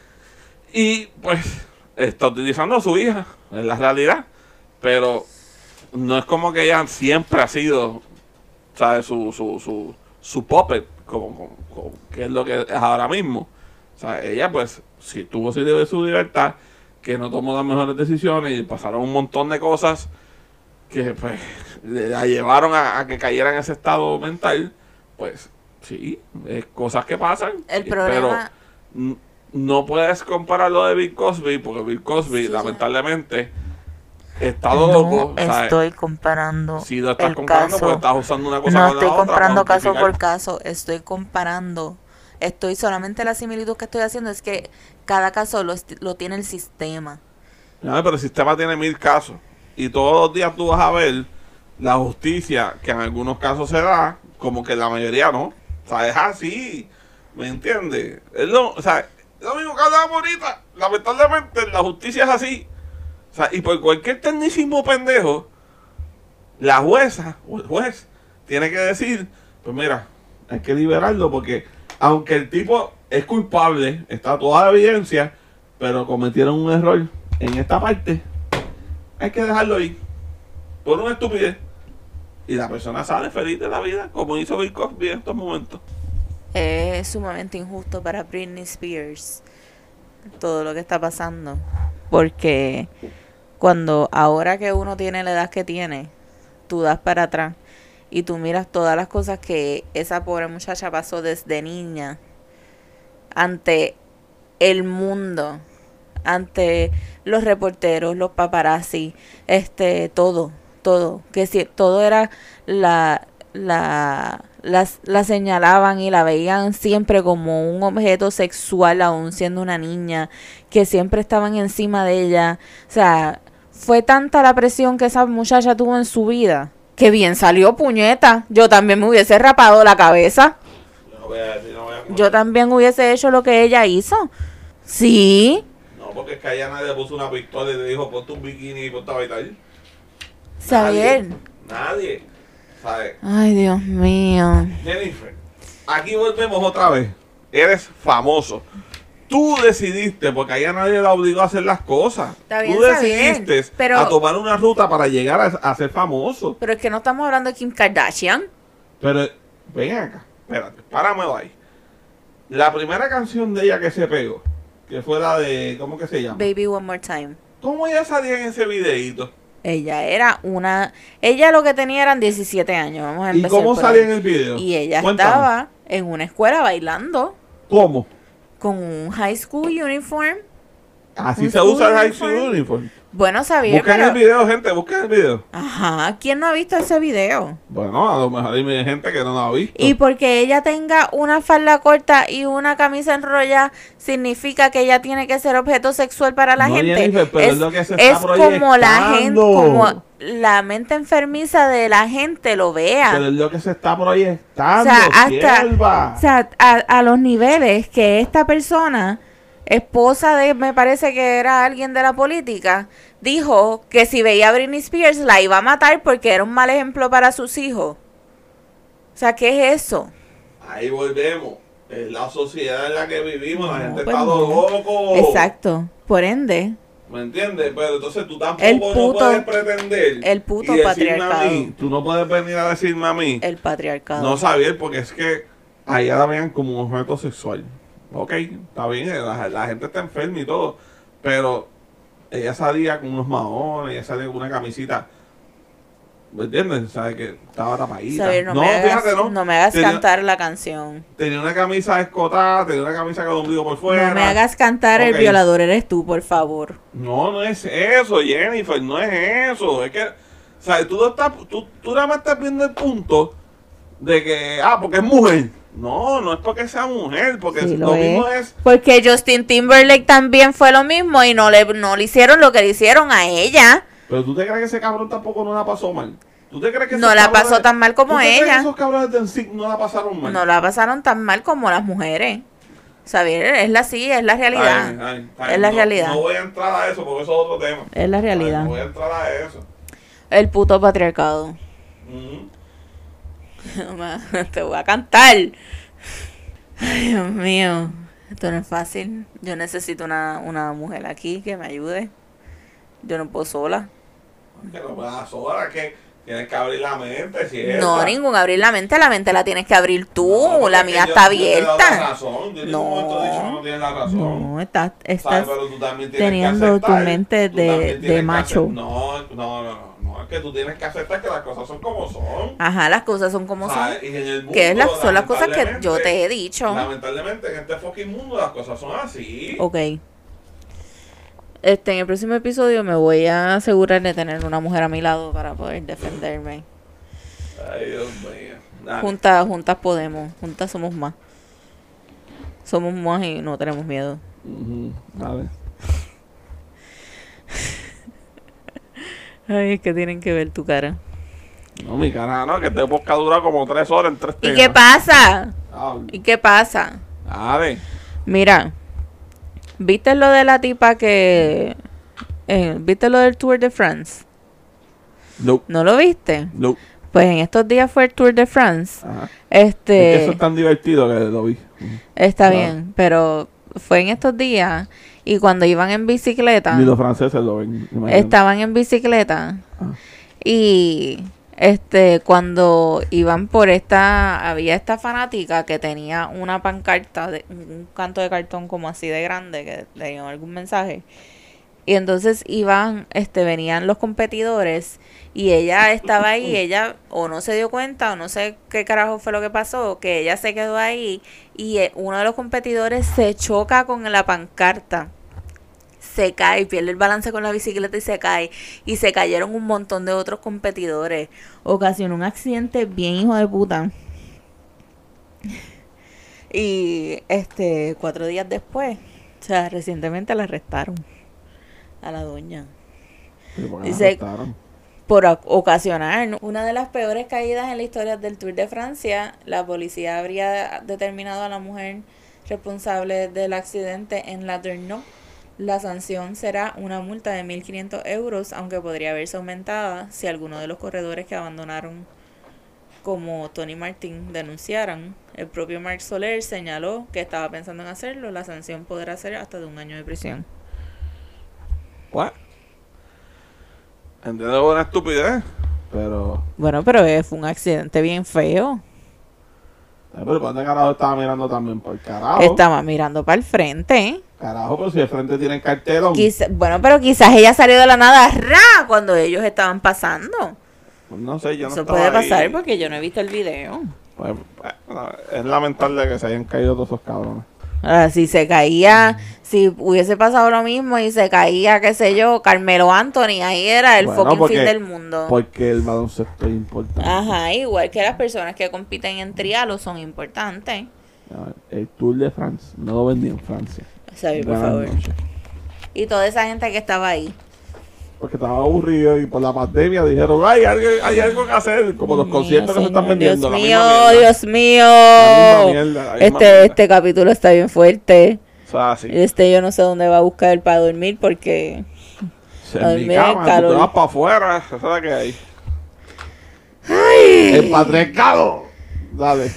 y, pues, está utilizando a su hija, en la realidad. Pero no es como que ella siempre ha sido, ¿sabes? Su puppet, como que es lo que es ahora mismo. O sea, ella, pues, si tuvo su libertad, que no tomó las mejores decisiones y pasaron un montón de cosas que, pues, la llevaron a que cayera en ese estado mental, pues, sí, es cosas que pasan. El problema... Pero no puedes comparar lo de Bill Cosby, porque Bill Cosby, Sí, lamentablemente, está loco. No estoy comparando. Si lo estás el comparando, caso. porque estás usando una cosa No con la estoy otra. comparando para caso justificar. por caso, estoy comparando. Estoy solamente la similitud que estoy haciendo es que cada caso lo tiene el sistema. Ya, pero el sistema tiene 1000 casos. Y todos los días tú vas a ver la justicia que en algunos casos se da, como que en la mayoría no. O sea, es así. ¿Me entiendes? O sea, es lo mismo que hablábamos ahorita. Lamentablemente la justicia es así. O sea, y por cualquier tecnicismo pendejo, la jueza o el juez tiene que decir, pues mira, hay que liberarlo porque aunque el tipo es culpable, está toda la evidencia, pero cometieron un error en esta parte, hay que dejarlo ir por una estupidez. Y la persona sale feliz de la vida, como hizo Bill Cosby en estos momentos. Es sumamente injusto para Britney Spears todo lo que está pasando. Porque ahora que uno tiene la edad que tiene, tú das para atrás y tú miras todas las cosas que esa pobre muchacha pasó desde niña ante el mundo, ante los reporteros, los paparazzi, todo, que si todo era la señalaban y la veían siempre como un objeto sexual, aún siendo una niña, que siempre estaban encima de ella. O sea, fue tanta la presión que esa muchacha tuvo en su vida, que bien salió, puñeta. Yo también me hubiese rapado la cabeza. Yo también hubiese hecho lo que ella hizo. Sí. No, porque es que allá nadie puso una pistola y le dijo, ponte un bikini y ponte a bailar. Saber. Nadie. ¿Sabes? Ay, Dios mío. Jennifer, aquí volvemos otra vez. Eres famoso. Tú decidiste, porque allá nadie la obligó a hacer las cosas. Está bien, tú decidiste pero, a tomar una ruta para llegar a ser famoso. Pero es que no estamos hablando de Kim Kardashian. Pero, ven acá, espérate, páramelo ahí. La primera canción de ella que se pegó, que fue la de, ¿cómo que se llama? Baby One More Time. ¿Cómo ella salía en ese videíto? Ella lo que tenía eran 17 años, vamos a ¿Y empezar cómo por salía ahí. en el video? Y ella Cuéntame. estaba en una escuela bailando. ¿Cómo? Con un high school uniform. Así Un se usa el high school school uniform. Bueno, sabía, Busquen el video, gente, busquen el video. Ajá, ¿quién no ha visto ese video? Bueno, a lo mejor hay gente que no lo ha visto. Y porque ella tenga una falda corta y una camisa enrollada, significa que ella tiene que ser objeto sexual para la No, gente. Jennifer, pero es lo que se está como la gente, proyectando. como la mente enfermiza de la gente lo vea. Pero es lo que se está proyectando, O sea, hasta, sierva. o sea, a los niveles que esta persona, esposa de, me parece que era alguien de la política, dijo que si veía a Britney Spears la iba a matar porque era un mal ejemplo para sus hijos. O sea, ¿qué es eso? Ahí volvemos. Es la sociedad en la que vivimos, la gente pues está no. loco. Exacto. Por ende, ¿Me entiendes? Pero entonces tú tampoco El no puto- puedes pretender. el puto y decirme patriarcado. a mí, tú no puedes venir a decirme a mí. el patriarcado. No sabía, porque es que allá la vean como un objeto sexual. Ok, está bien, la gente está enferma y todo. Pero ella salía con unos maones, ella salía con una camisita. ¿Me entiendes? ¿Sabes? Que estaba tapadita. Saber, no me hagas Tenía- cantar la canción. Tenía una camisa escotada, tenía una camisa con el ombligo por fuera. No me hagas cantar Ok. El violador eres tú, por favor. No es eso, Jennifer, no es eso. Es que, ¿sabes? Tú nada más estás viendo el punto de que, porque es mujer. No, no es porque sea mujer, porque Sí, lo mismo es... Porque Justin Timberlake también fue lo mismo y no le hicieron lo que le hicieron a ella. Pero ¿tú te crees que ese cabrón tampoco no la pasó mal? ¿Tú te crees que No la pasó tan mal como ¿tú te crees que ella. esos cabrones de NSYNC no la pasaron mal? No la pasaron tan mal como las mujeres. ¿Sabes? Es la realidad. Es la realidad. No voy a entrar a eso porque eso es otro tema. Es la realidad. No voy a entrar a eso. El puto patriarcado. Te voy a cantar. Ay, Dios mío. Esto no es fácil. Yo necesito una mujer aquí que me ayude. Yo no puedo sola. Que no puedas sola, que tienes que abrir la mente. Si no, ningún abrir la mente la tienes que abrir tú. No, la mía está abierta. No tienes la razón. No, estás pero tú también tienes teniendo que aceptar, tu mente de macho. No, es que tú tienes que aceptar que las cosas son como son. Ajá, las cosas son como son. Y en el mundo, que son las cosas que yo te he dicho. Lamentablemente en este fucking mundo las cosas son así. Ok. En el próximo episodio me voy a asegurar de tener una mujer a mi lado para poder defenderme. Ay, Dios mío. Juntas podemos, juntas somos más. Somos más y no tenemos miedo. Vale. Ay, es que tienen que ver tu cara. No, mi cara no, que este podcast dura como 3 horas en 3 temas. ¿Y qué pasa? ¿Y qué pasa? Dale. Mira, ¿viste lo de la tipa que... ¿viste lo del Tour de France? No. ¿No lo viste? No. Pues en estos días fue el Tour de France. Ajá. Es que eso es tan divertido que lo vi. Está bien, pero fue en estos días y cuando iban en bicicleta... Ni los franceses lo ven. Estaban en bicicleta y cuando iban por había esta fanática que tenía una pancarta, un canto de cartón como así de grande que tenía algún mensaje. Y entonces venían los competidores y ella estaba ahí, ella o no se dio cuenta o no sé qué carajo fue lo que pasó, que ella se quedó ahí y uno de los competidores se choca con la pancarta, se cae, pierde el balance con la bicicleta y se cae, y se cayeron un montón de otros competidores, ocasionó un accidente bien hijo de puta. Y 4 días después, o sea, recientemente la arrestaron a la doña. Dice, por ocasionar una de las peores caídas en la historia del Tour de Francia, la policía habría determinado a la mujer responsable del accidente en Landerneau. La sanción será una multa de 1.500 euros, aunque podría verse aumentada si alguno de los corredores que abandonaron, como Tony Martin, denunciaran. El propio Marc Soler señaló que estaba pensando en hacerlo. La sanción podrá ser hasta de 1 año de prisión. ¿What? Entiendo una estupidez, pero... Bueno, pero fue un accidente bien feo. Pero ¿para dónde carajo estaba mirando también? Por carajo. Estaba mirando para el frente, ¿eh? Carajo, pero si de frente tiene el cartelón. Bueno, pero quizás ella salió de la nada cuando ellos estaban pasando. Pues no sé, yo no Eso estaba puede pasar ahí. porque yo no he visto el video. Pues, es lamentable que se hayan caído todos esos cabrones. Si se caía, si hubiese pasado lo mismo y se caía, qué sé yo, Carmelo Anthony, ahí era el fucking fin del mundo. Porque el baloncesto es importante. Ajá, igual que las personas que compiten en trialos son importantes. El Tour de France, no lo vendí en Francia. ¿Sabes? Por favor. Y toda esa gente que estaba ahí. Porque estaba aburrido y por la pandemia dijeron, hay algo que hacer, como los conciertos que se están vendiendo. Dios mío. Este capítulo está bien fuerte. O sea, sí. Yo no sé dónde va a buscar para dormir porque... En mi cama, tú te vas para afuera, esa es la que hay. ¡Ay! El patriarcado. Dale.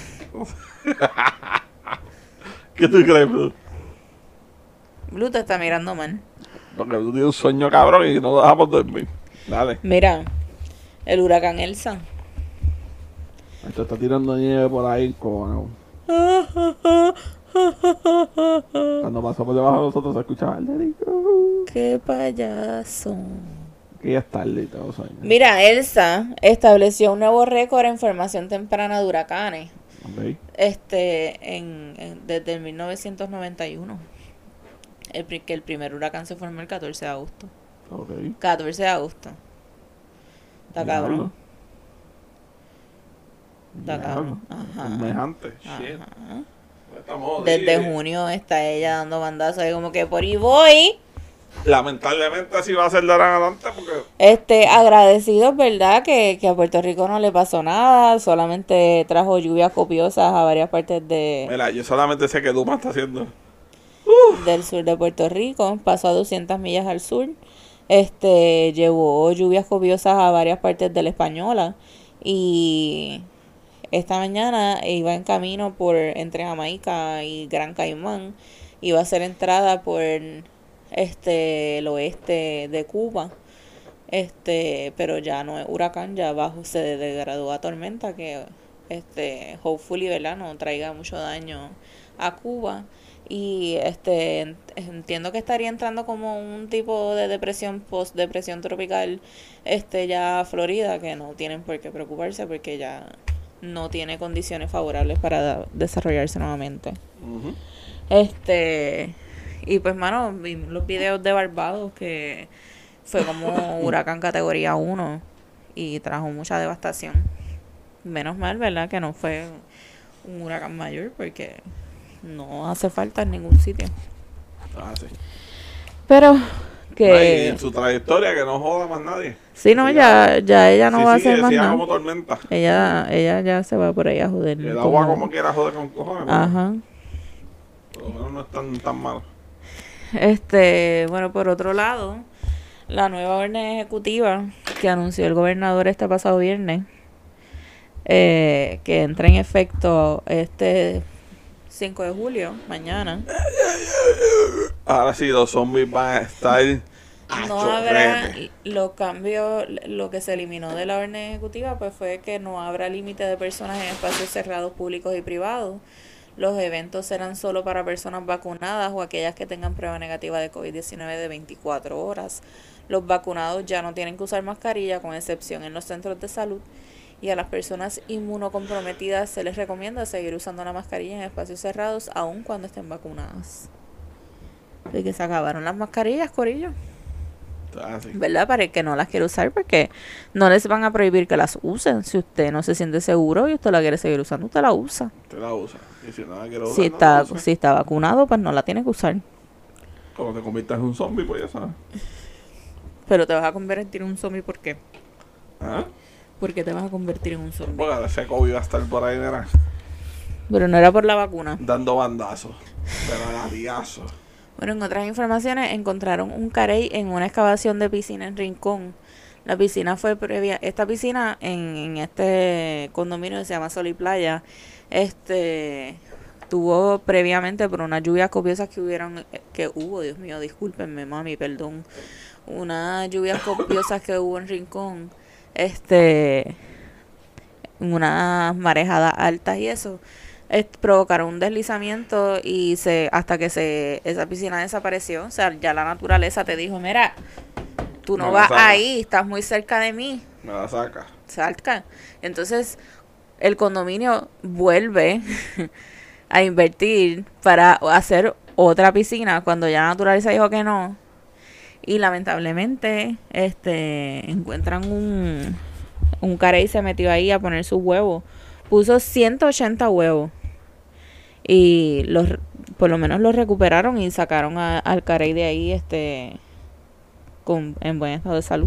¿Qué tú crees, Blue? Blue te está mirando mal. Porque tú tienes un sueño cabrón y no dejamos dormir. Dale. Mira, el huracán Elsa. Esto está tirando nieve por ahí como... Cuando pasó por debajo de nosotros se escuchaba el dedito. ¡Qué payaso! Que ya es tarde y todo eso. Mira, Elsa estableció un nuevo récord en formación temprana de huracanes. Okay. Desde el 1991. Que el primer huracán se formó el 14 de agosto. Okay. 14 de agosto. Está cabrón. Está cabrón. Ajá. Un mes antes. Shit. Desde junio está ella dando bandazos ahí como que por ahí voy. Lamentablemente así va a ser de ahora en adelante porque... Agradecidos, ¿verdad? Que a Puerto Rico no le pasó nada, solamente trajo lluvias copiosas a varias partes Mira, yo solamente sé que Duma está haciendo... del sur de Puerto Rico, pasó a 200 millas al sur, llevó lluvias copiosas a varias partes de la Española y esta mañana iba en camino por entre Jamaica y Gran Caimán, iba a hacer entrada por el oeste de Cuba, pero ya no es huracán, ya abajo se degradó a tormenta que hopefully, ¿verdad?, no traiga mucho daño a Cuba. Y entiendo que estaría entrando como un tipo de depresión, post-depresión tropical, ya a Florida, que no tienen por qué preocuparse porque ya no tiene condiciones favorables para desarrollarse nuevamente. Uh-huh. Y pues, mano, vi los videos de Barbados, que fue como huracán categoría 1 y trajo mucha devastación. Menos mal, ¿verdad?, que no fue un huracán mayor, porque no hace falta en ningún sitio. Sí. Pero que... en su trayectoria, que no joda más nadie. Sí, no, ya ella no va a hacer más nada. Como tormenta. Ella ya se va por ahí a joder. El agua como quiera joder con cojones. Ajá. Por lo menos no es tan malo. Bueno, por otro lado, la nueva orden ejecutiva que anunció el gobernador este pasado viernes, que entra en efecto 5 de julio, mañana. Ahora sí, los zombies van a estar... No habrá los cambios, lo que se eliminó de la orden ejecutiva pues fue que no habrá límite de personas en espacios cerrados públicos y privados. Los eventos serán solo para personas vacunadas o aquellas que tengan prueba negativa de COVID-19 de 24 horas. Los vacunados ya no tienen que usar mascarilla, con excepción en los centros de salud. Y a las personas inmunocomprometidas se les recomienda seguir usando la mascarilla en espacios cerrados, aun cuando estén vacunadas. De que se acabaron las mascarillas, corillo. Sí. ¿Verdad? Para el que no las quiere usar, porque no les van a prohibir que las usen. Si usted no se siente seguro y usted la quiere seguir usando, usted la usa. Usted la usa. Y si no la quiere usar, si está vacunado, pues no la tiene que usar. Cuando te conviertas en un zombie, pues ya sabes. Pero te vas a convertir en un zombie, ¿por qué? ¿Ah? ¿Por qué te vas a convertir en un zombie? Porque ese COVID va a estar por ahí, mira. Pero no era por la vacuna. Dando bandazos. Pero latigazos. Bueno, en otras informaciones, encontraron un carey en una excavación de piscina en Rincón. La piscina fue previa. Esta piscina en este condominio que se llama Sol y Playa, tuvo previamente por unas lluvias copiosas que hubo, Dios mío, discúlpenme, mami, perdón. Unas lluvias copiosas que hubo en Rincón, unas marejadas altas y eso. Provocaron un deslizamiento y hasta que esa piscina desapareció. O sea, ya la naturaleza te dijo, mira, tú no vas ahí, estás muy cerca de mí. Me la saca. Salca. Entonces, el condominio vuelve a invertir para hacer otra piscina cuando ya la naturaleza dijo que no. Y lamentablemente, encuentran un carey se metió ahí a poner sus huevos. Puso 180 huevos. Y por lo menos los recuperaron y sacaron al carey de ahí en buen estado de salud.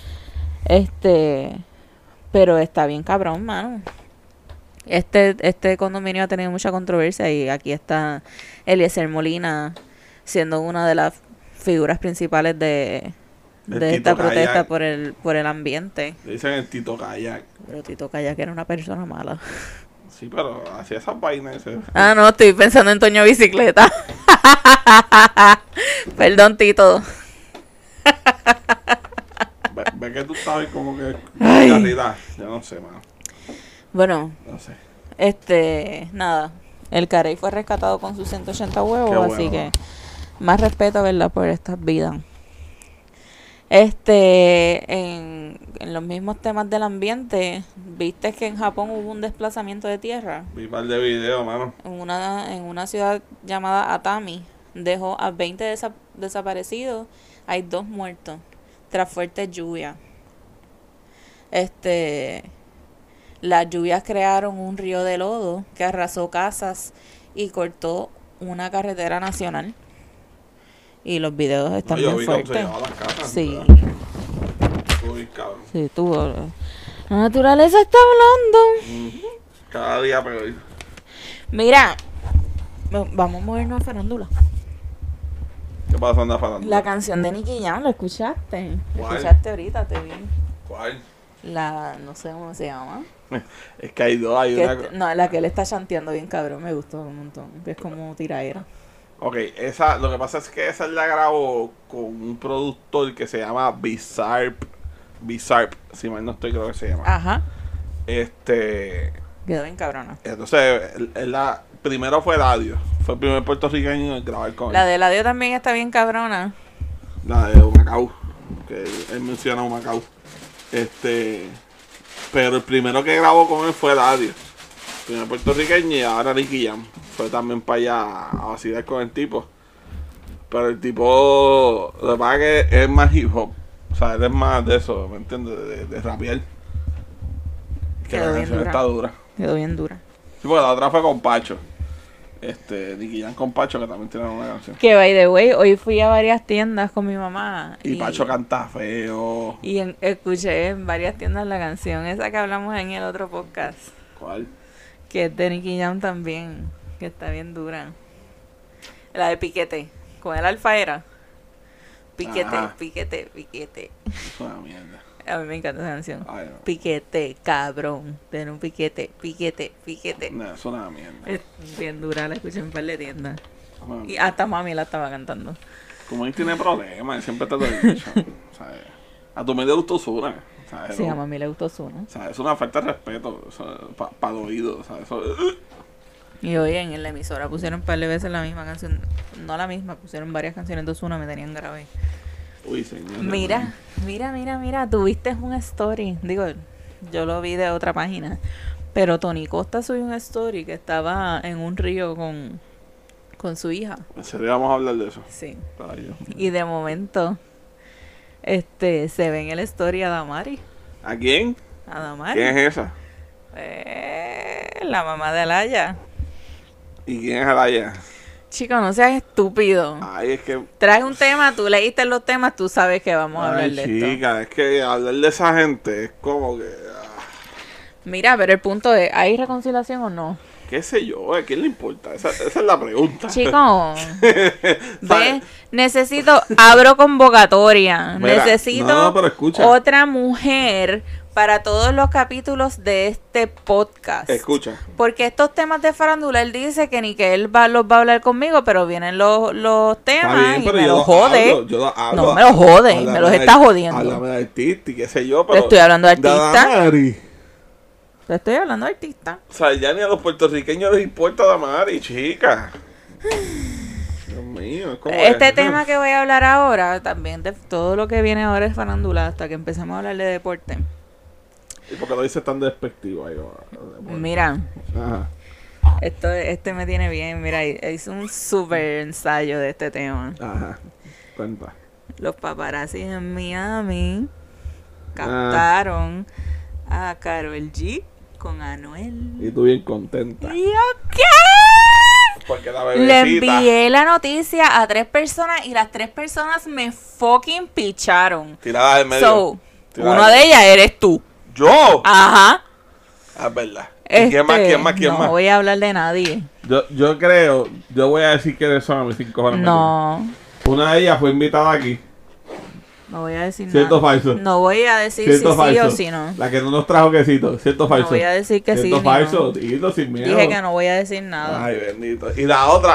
Pero está bien cabrón, mano. Este condominio ha tenido mucha controversia y aquí está Eliezer Molina siendo una de las figuras principales de esta protesta por el ambiente. Le dicen el Tito Kayak. Pero Tito Kayak era una persona mala. Sí, pero hacía esas vainas. Ah, no, estoy pensando en Toño Bicicleta. Perdón, Tito. Ve que tú sabes como que en realidad, yo no sé, mano. Bueno, no sé. Nada, el carey fue rescatado con sus 180 huevos, así que más respeto, ¿verdad?, por estas vidas. En los mismos temas del ambiente, ¿viste que en Japón hubo un desplazamiento de tierra? Vi un par de videos, mano. En una ciudad llamada Atami, dejó a 20 desaparecidos, hay 2 muertos, tras fuertes lluvias. Las lluvias crearon un río de lodo que arrasó casas y cortó una carretera nacional. Y los videos están bien fuertes. Sí. Uy, cabrón. Sí, tú. La naturaleza está hablando. Cada día peor. Mira, vamos a movernos a farándula. ¿Qué pasa en la farándula? La canción de Nicky Jam, ¿la escuchaste? ¿La ¿Cuál? escuchaste ahorita? Te vi. ¿Cuál? No sé cómo se llama. Es que hay dos, hay una... No, la que él está chanteando bien cabrón, me gustó un montón. Que es como tiraera. Ok, lo que pasa es que esa la grabó con un productor que se llama Bizarp, si mal no estoy, creo que se llama. Ajá. Quedó bien cabrona. Entonces, primero fue Eladio. Fue el primer puertorriqueño en grabar con él. La de Eladio también está bien cabrona. La de Humacao, que él menciona Humacao. Pero el primero que grabó con él fue Eladio. El primer puertorriqueño, y ahora Nicky Jam. Fue también para allá a vacilar con el tipo. Pero el tipo, lo que pasa es que es más hip hop. O sea, él es más de eso, ¿me entiendes? De rapear. Que la canción está dura. Quedó bien dura. Sí, porque la otra fue con Pacho. Nicky Jam con Pacho, que también tiene una canción. Que by the way, hoy fui a varias tiendas con mi mamá. Y Pacho canta feo. Y escuché en varias tiendas la canción esa que hablamos en el otro podcast. ¿Cuál? Que es de Nicky Jam también. Que está bien dura. La de Piquete. Con el Alfa era. Piquete, ajá. Piquete. Es una mierda. A mí me encanta esa canción. Ay, no. Piquete, cabrón. Tener un piquete. No, es una mierda. Es bien dura, la escuché en un par de tiendas. Y hasta mami la estaba cantando. Como él tiene problemas, él siempre te lo he dicho. A tu medio gustó Ozuna. Sí, a mami le gustó Ozuna. Es una falta de respeto para el oído. Y hoy en la emisora pusieron un par de veces la misma canción. No la misma, pusieron varias canciones de Ozuna, me tenían grave. Uy, señor. Mira. Tuviste un story. Digo, yo lo vi de otra página. Pero Tony Costa subió un story que estaba en un río con su hija. ¿En serio vamos a hablar de eso? Sí. Ay, y de momento, se ve en el story a Damari. ¿A quién? A Damari. ¿Quién es esa? La mamá de Alaya. ¿Y quién es Alaya? Chico, no seas estúpido. Ay, es que... Traes un tema, tú leíste los temas, tú sabes que vamos a hablar de esto. Chica, es que hablar de esa gente es como que... Mira, pero el punto es, ¿hay reconciliación o no? ¿Qué sé yo? ¿A quién le importa? Esa es la pregunta. Chico, abro convocatoria. Mira, necesito otra mujer para todos los capítulos de este podcast. Escucha. Porque estos temas de farándula, él dice que ni que él los va a hablar conmigo, pero vienen los temas y me los jode. No, me los jode, me los está jodiendo. Háblame de artista y qué sé yo, pero... Te estoy hablando de artista. Te estoy hablando de artista. O sea, ya ni a los puertorriqueños les importa Damari, chica. Dios mío, ¿cómo este tema que voy a hablar ahora, también de todo lo que viene ahora es farándula, hasta que empecemos a hablar de deporte. ¿Y por qué lo dices tan despectivo ahí? Mira. Ajá. Este me tiene bien. Mira, hice un súper ensayo de este tema. Ajá. Cuenta. Los paparazzis en Miami captaron a Karol G con Anuel. Y tú bien contenta. ¿Y yo qué? Porque la bebecita... Le envié la noticia a 3 personas y las 3 personas me fucking picharon. Tirada del medio. Una de ellas eres tú. ¿Yo? Ajá. Es verdad. ¿Quién más? No voy a hablar de nadie. Yo creo, yo voy a decir que son a mis 5 horas. No. Una de ellas fue invitada aquí. No voy a decir ¿Cierto nada. falso? No voy a decir si falso. sí o si no. La que no nos trajo quesito. ¿Cierto falso? No voy a decir que sí. ¿Cierto falso? Dilo sin miedo. Dije que no voy a decir nada. Ay, bendito. Y la otra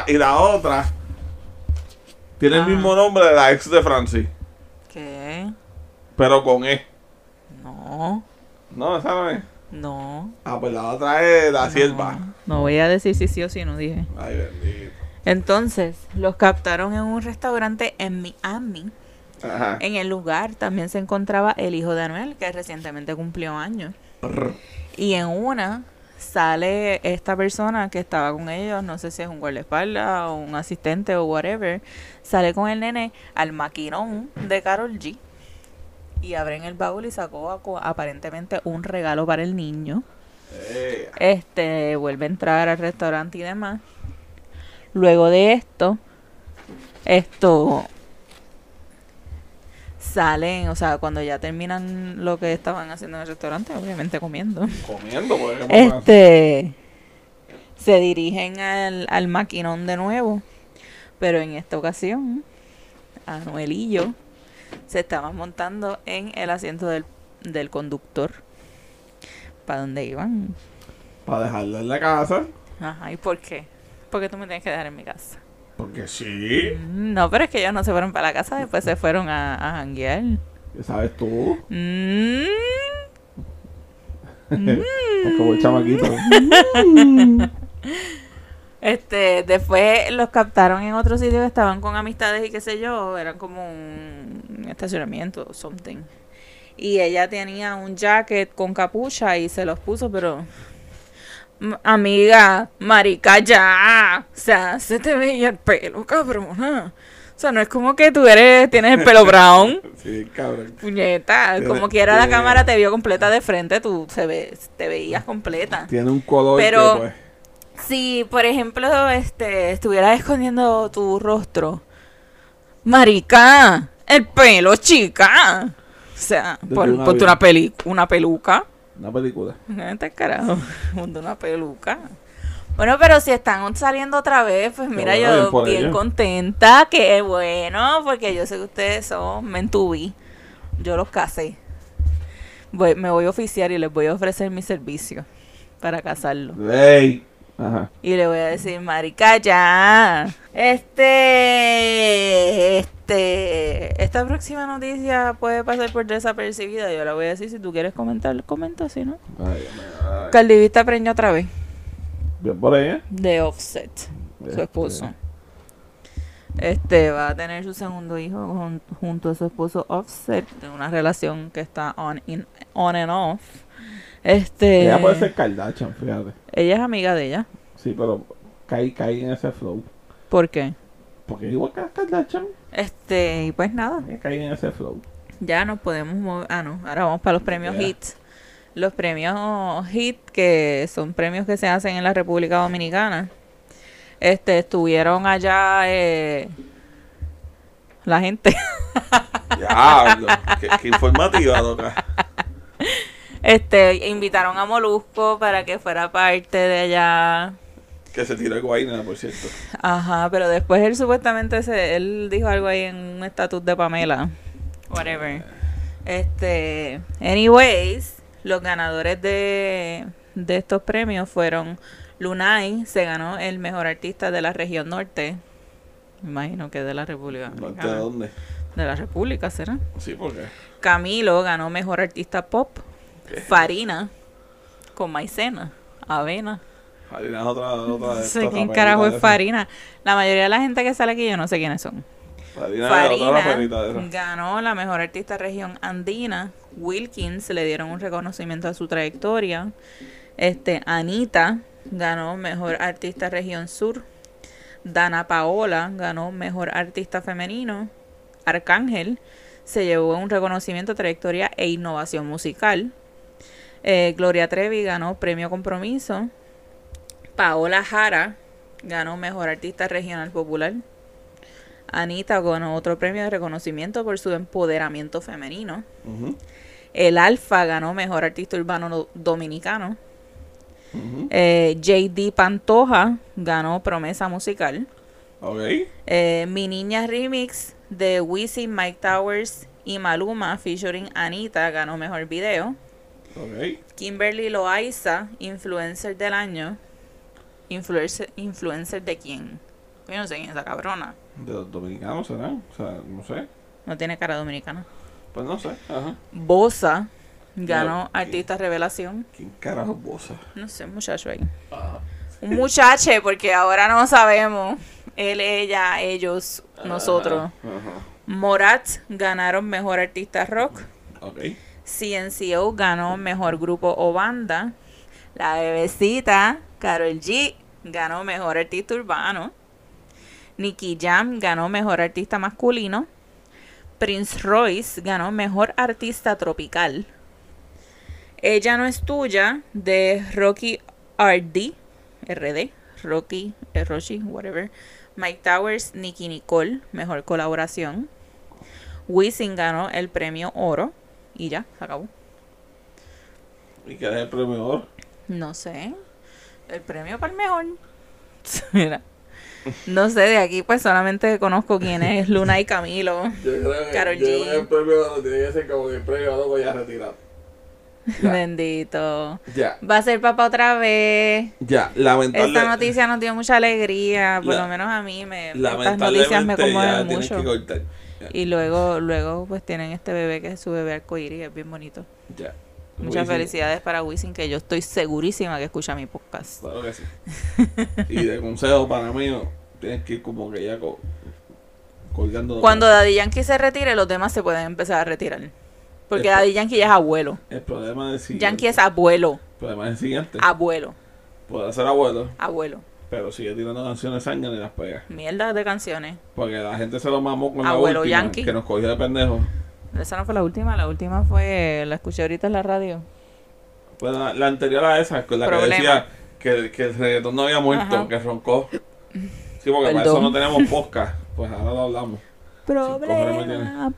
tiene el mismo nombre de la ex de Francis. ¿Qué? Pero con E. No. No, esa no es. No. Pues la otra es la sierva. No voy a decir si sí o si no, dije. Ay, bendito. Entonces, los captaron en un restaurante en Miami. Ajá. En el lugar también se encontraba el hijo de Anuel, que recientemente cumplió años. Y en una sale esta persona que estaba con ellos, no sé si es un guardaespaldas o un asistente o whatever, sale con el nene al maquinón de Karol G. Y abren el baúl y sacó aparentemente un regalo para el niño. Vuelve a entrar al restaurante y demás. Luego de esto salen, o sea, cuando ya terminan lo que estaban haciendo en el restaurante, obviamente comiendo. Comiendo, pues. Se dirigen al maquinón de nuevo, pero en esta ocasión Anuel y yo se estaban montando en el asiento del conductor. ¿Para dónde iban? Para dejarlo en la casa. Ajá, ¿y por qué? Porque tú me tienes que dejar en mi casa. Porque sí. No, pero es que ellos no se fueron para la casa, después se fueron a janguear. ¿Qué sabes tú? Es como el chamaquito. Después los captaron en otro sitio que estaban con amistades y qué sé yo, eran como un estacionamiento o something. Y ella tenía un jacket con capucha y se los puso, pero amiga, marica, ya. O sea, se te veía el pelo, cabrona. O sea, no es como que tú tienes el pelo brown. Sí, cabrón. Puñeta, como quiera la cámara te vio completa de frente, te veías completa. Tiene un color pero, que, pues... si, por ejemplo, estuvieras escondiendo tu rostro, marica, el pelo, chica. O sea, ponte una peluca. Una película. Este carajo, ponte una peluca. Bueno, pero si están saliendo otra vez, pues mira, yo bien contenta, que bueno, porque yo sé que ustedes son mentubí. Yo los casé. Me voy a oficiar y les voy a ofrecer mi servicio para casarlo. ¡Ey! Ajá. Y le voy a decir, marica, ya. Esta próxima noticia puede pasar por desapercibida. Yo la voy a decir, si tú quieres comentar, comenta, si no. Ay. Cardi B está preñada otra vez. ¿Bien por ella? De Offset, su esposo. Va a tener su segundo hijo junto a su esposo Offset, de una relación que está on and off. Ella puede ser Kardashian, fíjate. Ella es amiga de ella. Sí, pero cae en ese flow. ¿Por qué? Porque es igual que Kardashian. Y pues nada. Cae en ese flow. Ya nos podemos mover. No, ahora vamos para los premios HIT. Los premios HIT, que son premios que se hacen en la República Dominicana. Estuvieron allá la gente. Diablo, qué informativa, loca. Invitaron a Molusco para que fuera parte de allá. Que se tiró el Guayna, por cierto. Ajá, pero después él supuestamente él dijo algo ahí en un estatus de Pamela. Whatever. Anyways, los ganadores de estos premios fueron Lunay, se ganó el mejor artista de la región norte. Me imagino que de la República Dominicana. ¿De dónde? De la República, ¿será? Sí, ¿por qué? Camilo ganó mejor artista pop. ¿Qué? Farina, con maicena, avena. Farina es otra no sé quién carajo es Farina. La mayoría de la gente que sale aquí yo no sé quiénes son. Farina ganó la mejor artista región andina. Wilkins le dieron un reconocimiento a su trayectoria. Anita ganó mejor artista región sur. Dana Paola ganó mejor artista femenino. Arcángel se llevó un reconocimiento a trayectoria e innovación musical. Gloria Trevi ganó premio Compromiso. Paola Jara ganó mejor artista regional popular. Anita ganó otro premio de reconocimiento por su empoderamiento femenino. El Alfa ganó mejor artista urbano dominicano. JD Pantoja ganó promesa musical. Mi Niña Remix de Wisin, Mike Towers y Maluma featuring Anita ganó mejor video. Kimberly Loaiza, influencer del año. ¿Influencer de quién? Yo no sé quién es esa cabrona. De los dominicanos, ¿será? O sea, no sé. No tiene cara dominicana. Pues no sé, ajá. Bosa ganó artista revelación. ¿Quién carajo es Bosa? No sé, un muchacho ahí. Un muchacho, porque ahora no sabemos. Él, ella, ellos, nosotros. Morat ganaron mejor artista rock. CNCO ganó mejor grupo o banda. La bebecita Karol G ganó mejor artista urbano. Nicky Jam ganó mejor artista masculino. Prince Royce ganó mejor artista tropical. Ella no es tuya, de Rocky RD, Rocky, whatever. Mike Towers, Nicki Nicole, mejor colaboración. Wisin ganó el premio Oro. Y ya, se acabó. ¿Y qué es el premio Oro? No sé. El premio para el mejor. Mira. No sé, de aquí pues solamente conozco quién es Luna y Camilo. Yo creo Karol que G. el premio Oro tiene que ser como que el premio Oro ya retirado. Ya. Bendito. Ya. Va a ser papá otra vez. Ya, lamentablemente. Esta noticia nos dio mucha alegría. Por lo menos a mí estas noticias me conmueven mucho. Y luego pues tienen este bebé que es su bebé arcoíris, es bien bonito. Ya. Muchas felicidades para Wisin, que yo estoy segurísima que escucha mi podcast. Claro que sí. Y de consejo para mí, tienes que ir como que ya colgando. Cuando Daddy Yankee se retire, los demás se pueden empezar a retirar. Porque Daddy Yankee ya es abuelo. El problema es el siguiente. Yankee es abuelo. El problema es el siguiente. Abuelo. Puede ser abuelo. Abuelo. Pero sigue tirando canciones sangre y las pega. Mierda de canciones. Porque la gente se lo mamó con Abuelo la última. Yankee. Que nos cogió de pendejos. Esa no fue la última fue, la escuché ahorita en la radio. Pues la anterior a esa, con la Problema. que decía que el reggaetón no había muerto, Ajá. que roncó. Sí, porque para eso no tenemos podcast. Pues ahora lo hablamos. Problema.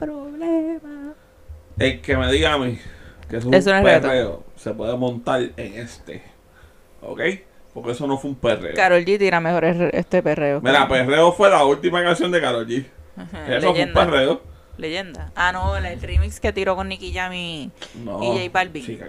El que me diga a mí que es un Eso no es reggaetón. perreo, se puede montar en este. ¿Ok? Porque eso no fue un perreo. Karol G tira mejor este perreo. Mira, perreo fue la última canción de Karol G. Ajá, Eso fue un perreo. Leyenda. Ah, no, el remix que tiró con Nicky Jam y J Balvin. Chica,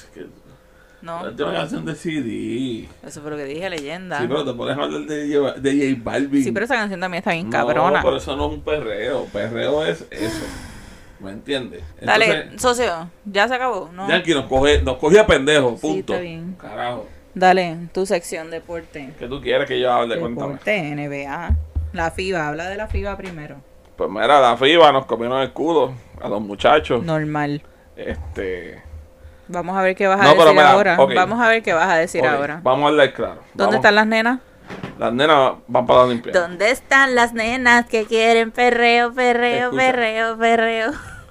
No. la última canción de CD. Eso fue lo que dije, leyenda. Sí, pero te pones a hablar de J Balvin. Sí, pero esa canción también está bien No, cabrona. pero eso no es un perreo. Perreo es eso. ¿Me entiendes? Dale, Entonces, socio, ya se acabó. No. Yankee nos coge a pendejo, Sí, punto. está bien. Carajo. Dale, tu sección deporte. ¿Qué tú quieres que yo hable? Cuéntame. Deporte, NBA. La FIBA, habla de la FIBA primero. Pues mira, la FIBA nos comieron el culo a los muchachos. Normal. Vamos a ver qué vas a No, pero decir mira, ahora. ok. Vamos a ver qué vas a decir Ok, ahora. Vamos a hablar claro. ¿Dónde están las nenas? Las nenas van para la Olimpiada. ¿Dónde están las nenas que quieren perreo, perreo, Escucha. perreo, perreo?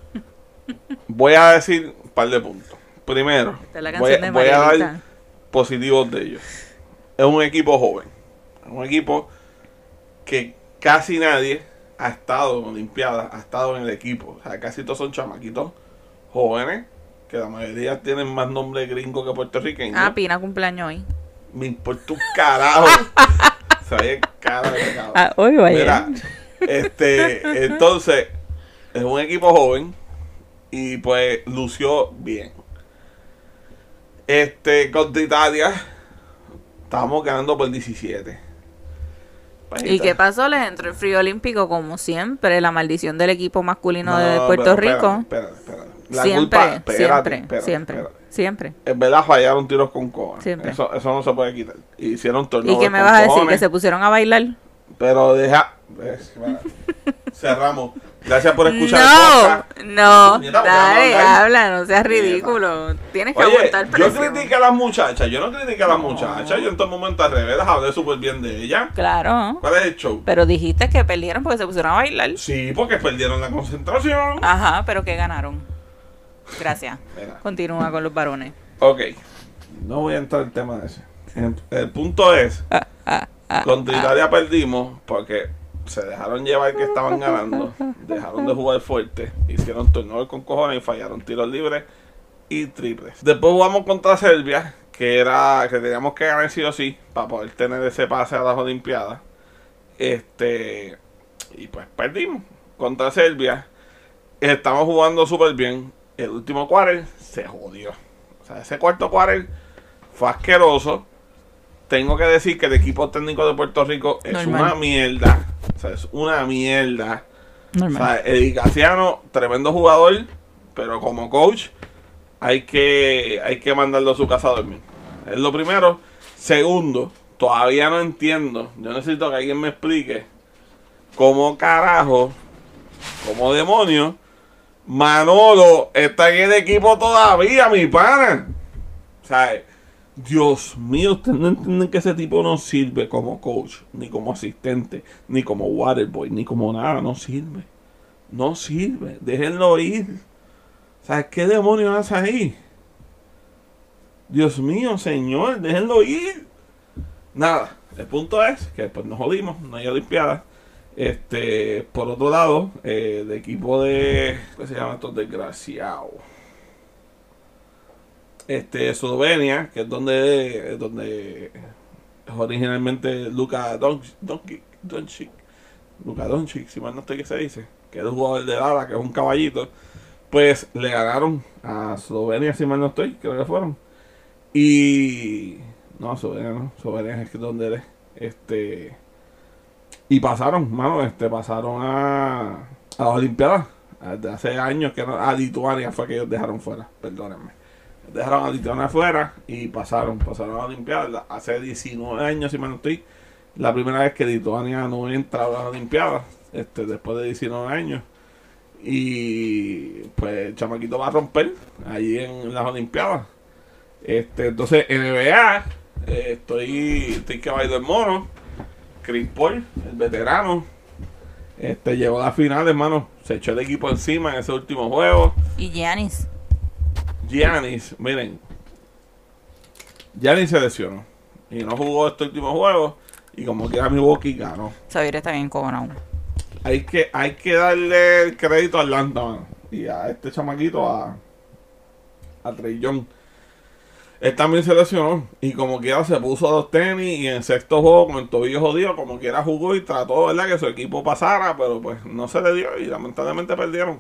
Voy a decir un par de puntos. Primero, Esta es la voy, canción de voy a Marielita. dar positivos de ellos. Es un equipo joven. Es un equipo que casi nadie ha estado en Olimpiadas, ha estado en el equipo. O sea, casi todos son chamaquitos jóvenes, que la mayoría tienen más nombre gringo que puertorriqueño. Ah, Pina cumpleaños hoy. Me importa un carajo. Se ve cara de cabrón. Ah, hoy o ayer. Mira, entonces, es un equipo joven y pues lució bien. Contra Italia, estábamos ganando por 17. ¿Y qué pasó? Les entró el frío olímpico como siempre, la maldición del equipo masculino de No, Puerto pero Rico. espérate. La Siempre, culpa, espérate. siempre. En verdad fallaron tiros con cojones. Siempre. Eso no se puede quitar. Hicieron torneos ¿Y qué me con vas a decir? cojones, ¿Que se pusieron a bailar? Pero cerramos. Gracias por escuchar el podcast. No, Nieta, porque dale, vamos a hablar. habla, no seas ridículo. Tienes que Oye, aguantar yo presión. critiqué a las muchachas. Yo no critiqué a las muchachas. Yo en todo momento al revés hablé súper bien de ellas. Claro. ¿Cuál es el show? Pero dijiste que perdieron porque se pusieron a bailar. Sí, porque perdieron la concentración. Ajá, pero que ganaron. Gracias. Mira. Continúa con los varones. Ok. No voy a entrar en el tema de ese. El punto es, contra Italia perdimos porque se dejaron llevar que estaban ganando, dejaron de jugar fuerte, hicieron torneos con cojones y fallaron tiros libres y triples. Después jugamos contra Serbia, que teníamos que ganar sí o sí para poder tener ese pase a las Olimpiadas. Y pues perdimos contra Serbia. Estamos jugando súper bien. El último quarter se jodió. O sea, ese cuarto quarter fue asqueroso. Tengo que decir que el equipo técnico de Puerto Rico es Normal. una mierda. O sea, es una mierda. Normal. O sea, Eddie Casiano, tremendo jugador, pero como coach hay que mandarlo a su casa a dormir. Es lo primero. Segundo, todavía no entiendo. Yo necesito que alguien me explique cómo carajo, cómo demonios, Manolo está en el equipo todavía, mi pana. O sea, Dios mío, ustedes no entienden que ese tipo no sirve como coach, ni como asistente, ni como waterboy, ni como nada, no sirve. No sirve, déjenlo ir. O sea, ¿qué demonios hace ahí? Dios mío, señor, déjenlo ir. Nada, el punto es que pues nos jodimos, no hay Olimpiadas. Por otro lado, de equipo de... ¿Qué se llaman estos desgraciados? Eslovenia, que es donde es originalmente Luka Doncic. Luka Doncic, si mal no estoy que se dice, que es el jugador de Dada, que es un caballito. Pues le ganaron a Eslovenia, si mal no estoy, creo que fueron. Y... No, Eslovenia no, Eslovenia es donde eres. Y pasaron, mano, pasaron a las Olimpiadas. Hace años que no, a Lituania fue que ellos dejaron fuera, perdónenme. Dejaron a Lituania fuera y pasaron a las Olimpiadas. Hace 19 años, si mal no estoy, la primera vez que Lituania no entra a las Olimpiadas, después de 19 años. Y pues el chamaquito va a romper allí en las Olimpiadas. Entonces, NBA, estoy que bailo el mono. Chris Paul, el veterano, llegó a la final, hermano. Se echó el equipo encima en ese último juego. Y Giannis, miren, Giannis se lesionó y no jugó este último juego. Y como quiera Milwaukee ganó. Xavier está bien cojonado. Hay que darle el crédito a Atlanta, mano. Y a este chamaquito, a Trae Young. Él también se lesionó. Y como quiera se puso los tenis. Y en el sexto juego, con el tobillo jodido, como quiera jugó y trató, ¿verdad?, que su equipo pasara. Pero pues no se le dio. Y lamentablemente perdieron.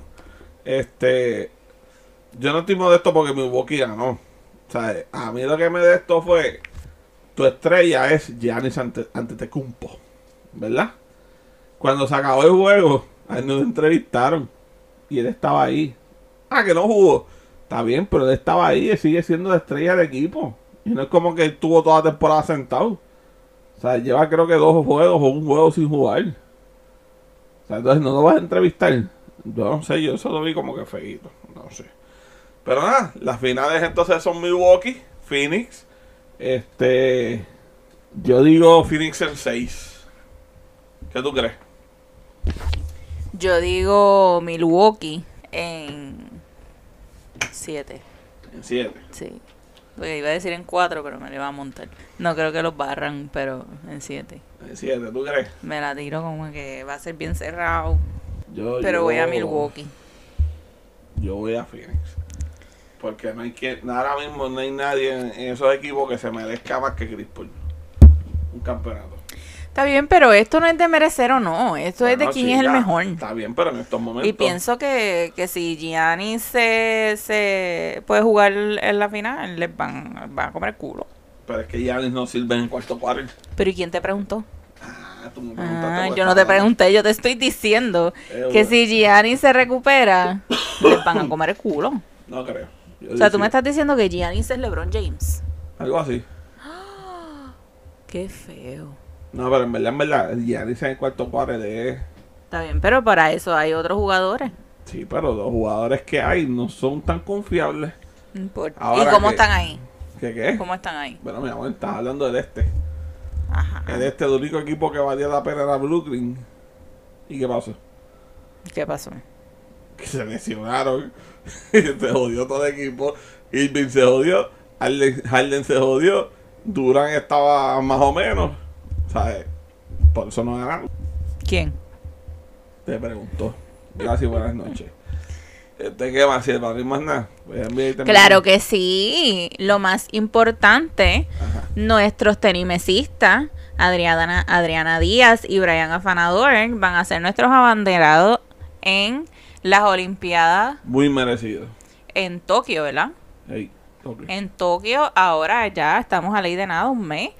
Yo no estoy modesto porque Milwaukee ganó. O sea, a mí lo que me de esto fue... Tu estrella es Giannis Antetokounmpo, ¿verdad? Cuando se acabó el juego, a él nos entrevistaron y él estaba ahí. Ah, que no jugó. Está bien, pero él estaba ahí y sigue siendo la estrella del equipo. Y no es como que él estuvo toda la temporada sentado. O sea, lleva creo que 2 juegos o un juego sin jugar. O sea, entonces no lo vas a entrevistar. Yo no sé, yo eso lo vi como que feíto. No sé. Pero nada, las finales entonces son Milwaukee, Phoenix. Yo digo Phoenix en 6. ¿Qué tú crees? Yo digo Milwaukee en 7. En 7. Sí. Porque iba a decir en 4, pero me lo iba a montar. No creo que los barran, pero en 7. En 7, ¿tú crees? Me la tiro como que va a ser bien cerrado. Pero voy a Milwaukee. Yo voy a Phoenix. Porque no hay ahora mismo no hay nadie en esos equipos que se merezca más que Chris Paul. Un campeonato. Está bien, pero esto no es de merecer o no. Esto es de quién es el mejor. Está bien, pero en estos momentos... Y pienso que si Giannis se puede jugar en la final, les van a comer el culo. Pero es que Giannis no sirve en el cuarto quarter. ¿Pero y quién te preguntó? Tú me preguntaste. Yo no te pregunté, yo te estoy diciendo que si Giannis se recupera, les van a comer el culo. No creo. O sea, tú me estás diciendo que Giannis es LeBron James. Algo así. Qué feo. No, pero en verdad, el Giannis en el cuarto quarter es... Está bien, pero para eso hay otros jugadores. Sí, pero los jugadores que hay no son tan confiables. No importa. Ahora ¿Y cómo están ahí? ¿Qué? ¿Cómo están ahí? Bueno, mi amor, estás hablando del Ajá. El único equipo que valía la pena era Brooklyn. ¿Y qué pasó? ¿Qué pasó? Que se lesionaron. Se jodió todo el equipo. Irving se jodió. Harden se jodió. Durant estaba más o menos. ¿Sabes? Por eso no ganaron. ¿Quién? Te preguntó. Gracias, buenas noches. ¿Qué más? Si el Madrid más nada. Claro que sí. Lo más importante, nuestros tenimesistas, Adriana Díaz y Brian Afanador, van a ser nuestros abanderados en las Olimpiadas. Muy merecido. En Tokio, ¿verdad? Hey, Tokio. En Tokio, ahora ya estamos a ley de nada, un mes.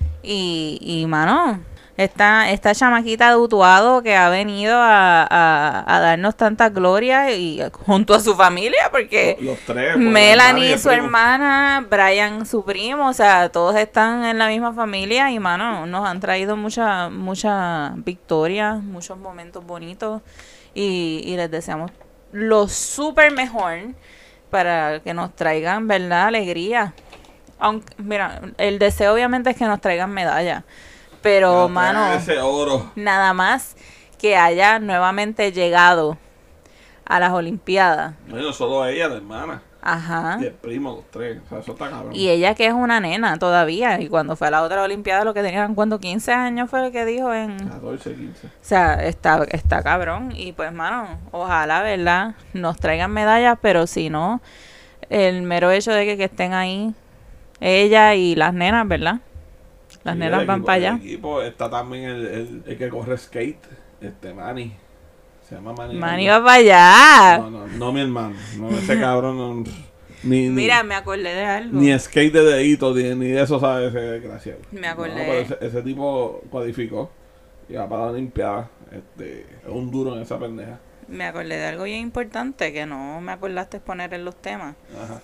Y mano, esta chamaquita de Utuado que ha venido a darnos tanta gloria y junto a su familia, porque los tres, Melanie, su hermana, Brian, su primo, o sea, todos están en la misma familia y mano, nos han traído muchas victorias, muchos momentos bonitos y les deseamos lo súper mejor para que nos traigan, ¿verdad?, alegría. Aunque, mira, el deseo obviamente es que nos traigan medallas. Pero, mano, ese oro. Nada más que haya nuevamente llegado a las Olimpiadas. No solo ella, la hermana. Ajá. Y el primo, los tres. O sea, eso está cabrón. Y ella que es una nena todavía. Y cuando fue a la otra Olimpiada, lo que tenían, ¿cuánto? 15 años fue lo que dijo en... 14, 15. O sea, está cabrón. Y pues, mano, ojalá, ¿verdad? Nos traigan medallas, pero si no, el mero hecho de que estén ahí ella y las nenas, ¿verdad? Las nenas van para allá. El equipo está también el que corre skate, Manny. Se llama Manny. Manny va para allá. No, mi hermano. No, ese cabrón no, Mira, me acordé de algo. Ni skate de dedito, ni de eso sabe ese desgraciado. Me acordé. No, pero ese tipo cualificó y va para la Olimpiada. Es un duro en esa pendeja. Me acordé de algo bien importante que no me acordaste poner en los temas. Ajá.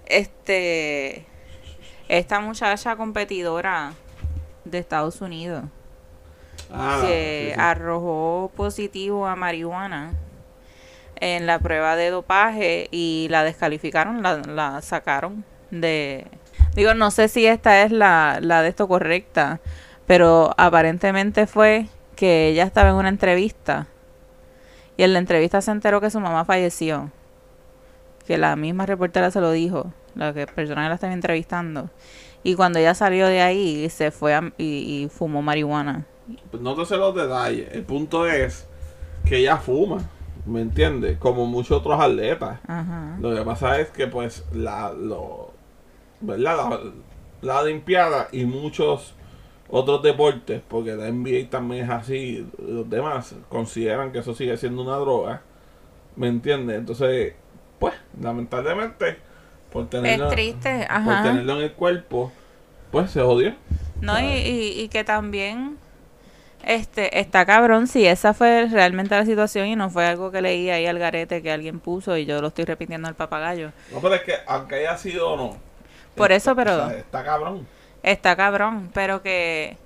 Esta muchacha competidora de Estados Unidos que sí. arrojó positivo a marihuana en la prueba de dopaje y la descalificaron, la sacaron de... Digo, no sé si esta es la de esto correcta, pero aparentemente fue que ella estaba en una entrevista y en la entrevista se enteró que su mamá falleció, que la misma reportera se lo dijo, la persona que la estaba entrevistando, y cuando ella salió de ahí se fue y fumó marihuana. Pues no te sé los detalles, el punto es que ella fuma, ¿me entiendes? Como muchos otros atletas. Ajá. Lo que pasa es que pues ¿verdad? La Olimpiada y muchos otros deportes, porque la NBA también es así, los demás consideran que eso sigue siendo una droga, ¿me entiendes? Entonces, pues, lamentablemente, por tenerlo, Es triste, ajá. por tenerlo en el cuerpo, pues se jodió. No, y que también está cabrón si esa fue realmente la situación y no fue algo que leí ahí al garete que alguien puso y yo lo estoy repitiendo al papagayo. No, pero es que aunque haya sido o no, por eso, pero o sea, está cabrón. Está cabrón, pero que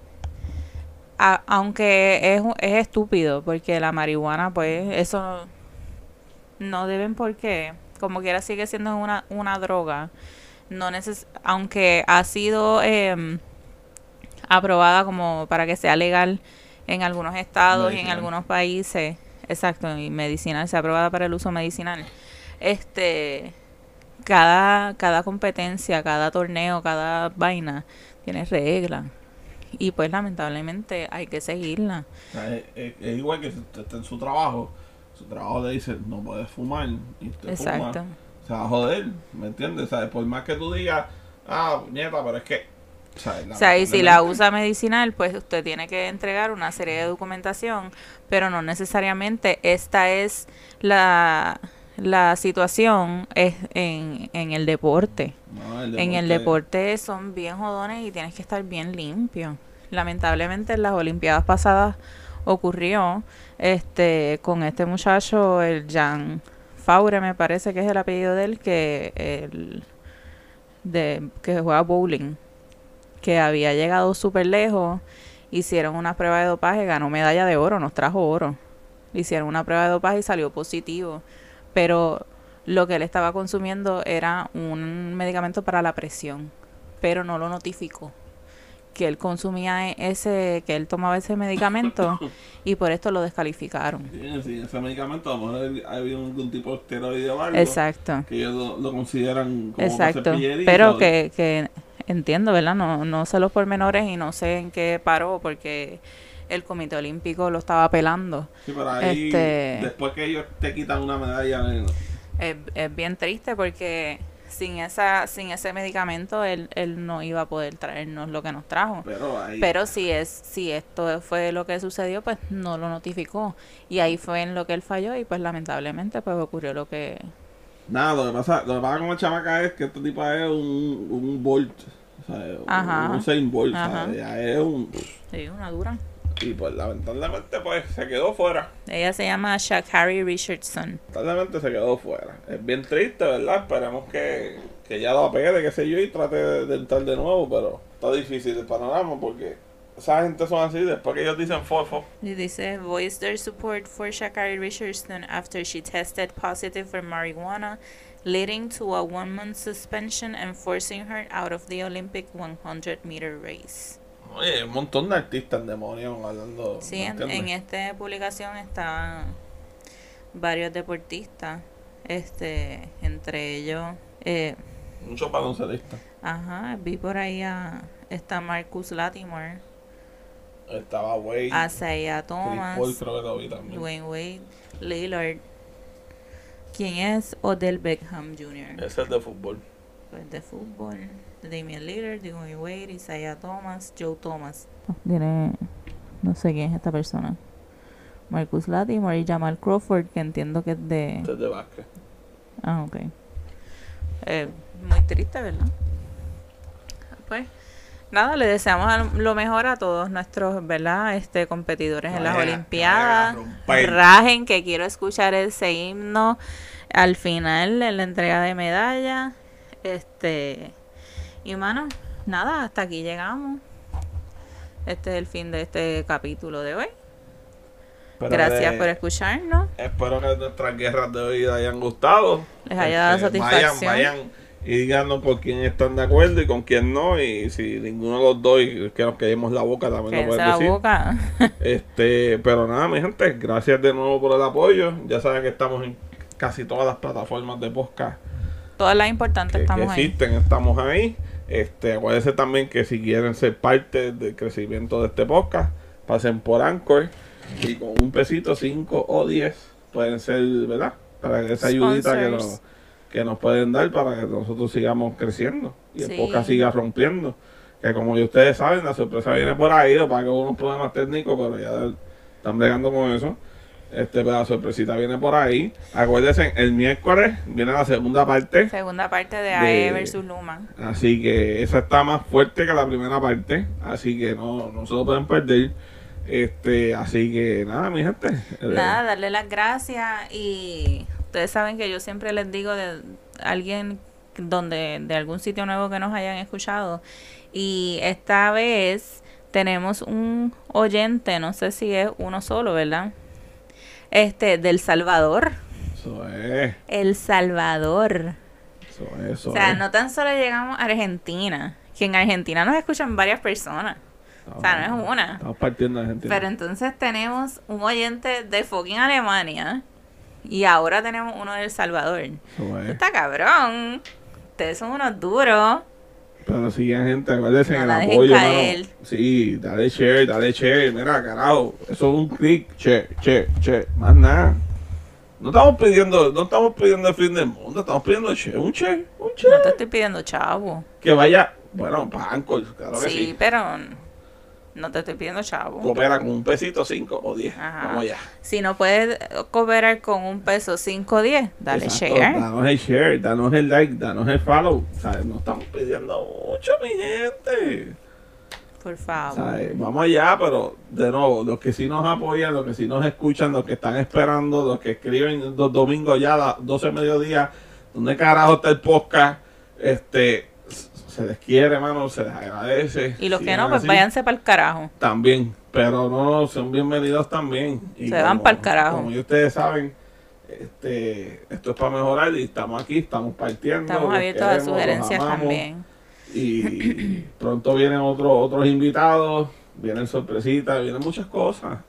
aunque es estúpido, porque la marihuana, pues, eso no deben porque, como quiera, sigue siendo una droga. No aunque ha sido aprobada como para que sea legal en algunos estados medicinal. Y en algunos países, exacto, y medicinal, sea aprobada para el uso medicinal. Cada competencia, cada torneo, cada vaina tiene reglas. Y pues lamentablemente hay que seguirla. O sea, es igual que si usted está en su trabajo le dice no puedes fumar y usted exacto. Fuma, se va a joder, ¿me entiendes? ¿Sabes? Por más que tú digas, puñeta, pero es que o sea, y si la usa medicinal, pues usted tiene que entregar una serie de documentación, pero no necesariamente esta es la situación es en el deporte. No, en el deporte son bien jodones y tienes que estar bien limpio. Lamentablemente en las Olimpiadas pasadas ocurrió con este muchacho, el Jan Faure, me parece que es el apellido de él, que juega bowling, que había llegado súper lejos, hicieron una prueba de dopaje, ganó medalla de oro, nos trajo oro. Hicieron una prueba de dopaje y salió positivo. Pero lo que él estaba consumiendo era un medicamento para la presión, pero no lo notificó que él consumía que él tomaba ese medicamento y por esto lo descalificaron. Sí, ese medicamento a lo mejor había algún tipo de esteroide o algo. Exacto. Que ellos lo consideran como exacto. Pero que entiendo, ¿verdad? No sé los pormenores y no sé en qué paró porque el Comité Olímpico lo estaba apelando. Sí, pero ahí, después que ellos te quitan una medalla... Es bien triste porque sin ese medicamento él no iba a poder traernos lo que nos trajo. Pero si esto fue lo que sucedió, pues no lo notificó. Y ahí fue en lo que él falló y pues lamentablemente pues ocurrió lo que... Nada, lo que pasa con el chamaca es que este tipo es un Bolt. O sea, un Usain Bolt. Ya es sí, una dura. Y pues lamentablemente pues se quedó fuera. Ella se llama Sha'Carri Richardson. Lamentablemente se quedó fuera. Es bien triste, ¿verdad? Esperemos que ya lo apele, qué sé yo, y trate de entrar de nuevo, pero está difícil el panorama porque esa gente son así, después que ellos dicen fofo. Y dice, voice their support for Sha'Carri Richardson after she tested positive for marijuana, leading to a 1-month suspension and forcing her out of the Olympic 100-meter race. Oye, un montón de artistas demonios hablando. Sí, en esta publicación están varios deportistas, entre ellos Muchos baloncelistas. Ajá, vi por ahí está Marcus Latimore. Estaba Wade. Isaiah Thomas. Chris Paul, creo que lo vi también. Dwayne Wade. Lillard. ¿Quién es Odell Beckham Jr.? Ese es el de fútbol. Pues de fútbol. Damian Lillard, Dwayne Wade, Isaiah Thomas, Joe Thomas. No sé quién es esta persona. Marcus Latimore y Jamal Crawford, que entiendo que es de... Este es de básquet. Ah, ok. Muy triste, ¿verdad? Pues, nada, le deseamos lo mejor a todos nuestros, ¿verdad? Competidores en las Olimpiadas. Rajen, que quiero escuchar ese himno al final en la entrega de medallas. Y mano, nada, hasta aquí llegamos. Este es el fin de este capítulo de hoy. Gracias por escucharnos. Espero que nuestras guerras de hoy les hayan gustado. Les haya dado satisfacción. Vayan y díganos por quién están de acuerdo y con quién no. Y si ninguno de los dos y que nos quedemos la boca, también lo pueden decir. La boca. Pero nada, mi gente, gracias de nuevo por el apoyo. Ya saben que estamos en casi todas las plataformas de podcast. Todas las importantes estamos que existen, estamos ahí. Acuérdense también que si quieren ser parte del crecimiento de este podcast, pasen por Anchor. Y con un pesito, 5 o 10, pueden ser, ¿verdad? Para esa ayudita que nos pueden dar para que nosotros sigamos creciendo y el podcast siga rompiendo. Que como ustedes saben, la sorpresa viene por ahí, para que hubo unos problemas técnicos, pero ya están bregando con eso. Pero la sorpresita viene por ahí. Acuérdense, el miércoles viene la segunda parte. Segunda parte de AE versus Luma. Así que esa está más fuerte que la primera parte. Así que no se lo pueden perder. Así que nada, mi gente. Nada, darle las gracias. Y ustedes saben que yo siempre les digo de alguien de algún sitio nuevo que nos hayan escuchado. Y esta vez tenemos un oyente, no sé si es uno solo, ¿verdad? Del Salvador. Eso es. El Salvador. Eso o sea, no tan solo llegamos a Argentina, que en Argentina nos escuchan varias personas. O sea, no es una. Estamos partiendo de Argentina. Pero entonces tenemos un oyente de fucking Alemania y ahora tenemos uno de El Salvador. Eso es. Está cabrón. Ustedes son unos duros. Pero si hay gente, acuérdense en el apoyo, mano. Sí, dale share. Mira, carajo. Eso es un clic. Share. Más nada. No estamos pidiendo el fin del mundo. Estamos pidiendo share. Un share. No te estoy pidiendo chavo. Que vaya, bueno, para Anchor, claro que sí. Sí, pero no te estoy pidiendo chavo. Coopera con un pesito, 5 o 10. Ajá. Vamos allá. Si no puedes cooperar con un peso, 5 o 10, dale. Exacto. Share. Danos el share, danos el like, danos el follow. ¿Sabes? No estamos pidiendo mucho, mi gente. Por favor. ¿Sabes? Vamos allá, pero de nuevo, los que sí nos apoyan, los que sí nos escuchan, los que están esperando, los que escriben los domingos ya a las 12 de mediodía, ¿dónde carajo está el podcast? Se les quiere, hermano, se les agradece. Y los que no, pues váyanse para el carajo. También, pero no, son bienvenidos también. Y se van para el carajo. Como ustedes saben, esto es para mejorar y estamos aquí, estamos partiendo. Estamos abiertos a sugerencias también. Y pronto vienen otros invitados, vienen sorpresitas, vienen muchas cosas.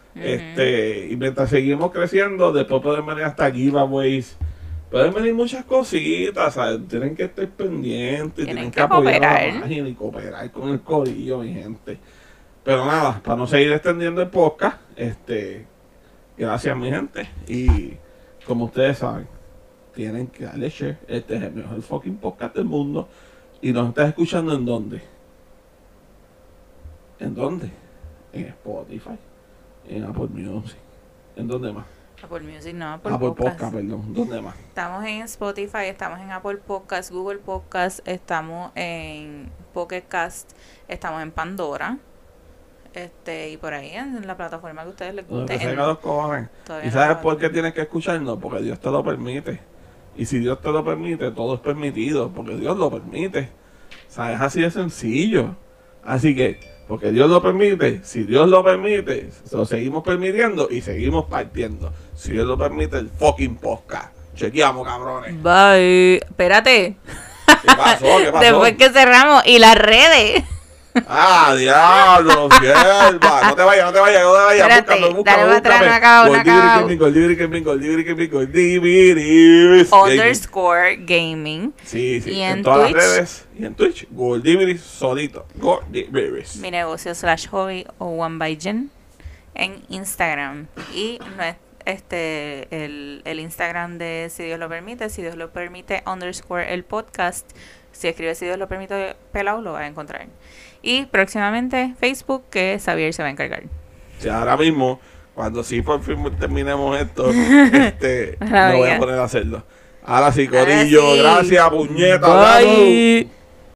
Y mientras seguimos creciendo, después pueden venir hasta giveaways. Pueden venir muchas cositas, ¿sabes? Tienen que estar pendientes, tienen que apoyar a la página y cooperar con el corillo, mi gente. Pero nada, para no seguir extendiendo el podcast, gracias, mi gente. Y como ustedes saben, tienen que darle share. Este es el mejor fucking podcast del mundo. ¿Y nos estás escuchando en dónde? ¿En dónde? En Spotify, en Apple Music. ¿En dónde más? Apple Music, no, Apple Podcast, perdón. ¿Dónde más? Estamos en Spotify, estamos en Apple Podcast, Google Podcast, estamos en Pocket Cast, estamos en Pandora. Y por ahí en la plataforma que a ustedes les guste. ¿Y sabes por qué tienes que escucharnos? Porque Dios te lo permite. Y si Dios te lo permite, todo es permitido, porque Dios lo permite. O sea, es así de sencillo. Así que, porque Dios lo permite, si Dios lo permite, lo seguimos permitiendo y seguimos partiendo. Si Dios lo permite, el fucking podcast. Chequeamos, cabrones. Bye. Espérate. ¿Qué pasó? Después que cerramos. Y las redes. Diablo, sierva. No te vayas. Espérate, dale para atrás, no acabo. Underscore gaming. Sí, y en todas Twitch, las redes. Y en Twitch, Goldiviris solito. Goldiviris. Mi negocio /hobby o One by Jen en Instagram. Y el Instagram de Si Dios lo permite, _, el podcast. Si escribes Si Dios lo permite pelado, lo vas a encontrar. Y próximamente Facebook, que Xavier se va a encargar. Sí, ahora mismo, cuando sí por fin terminemos esto, me voy a poner a hacerlo. Ahora sí, corillo, gracias, puñeta. Bye.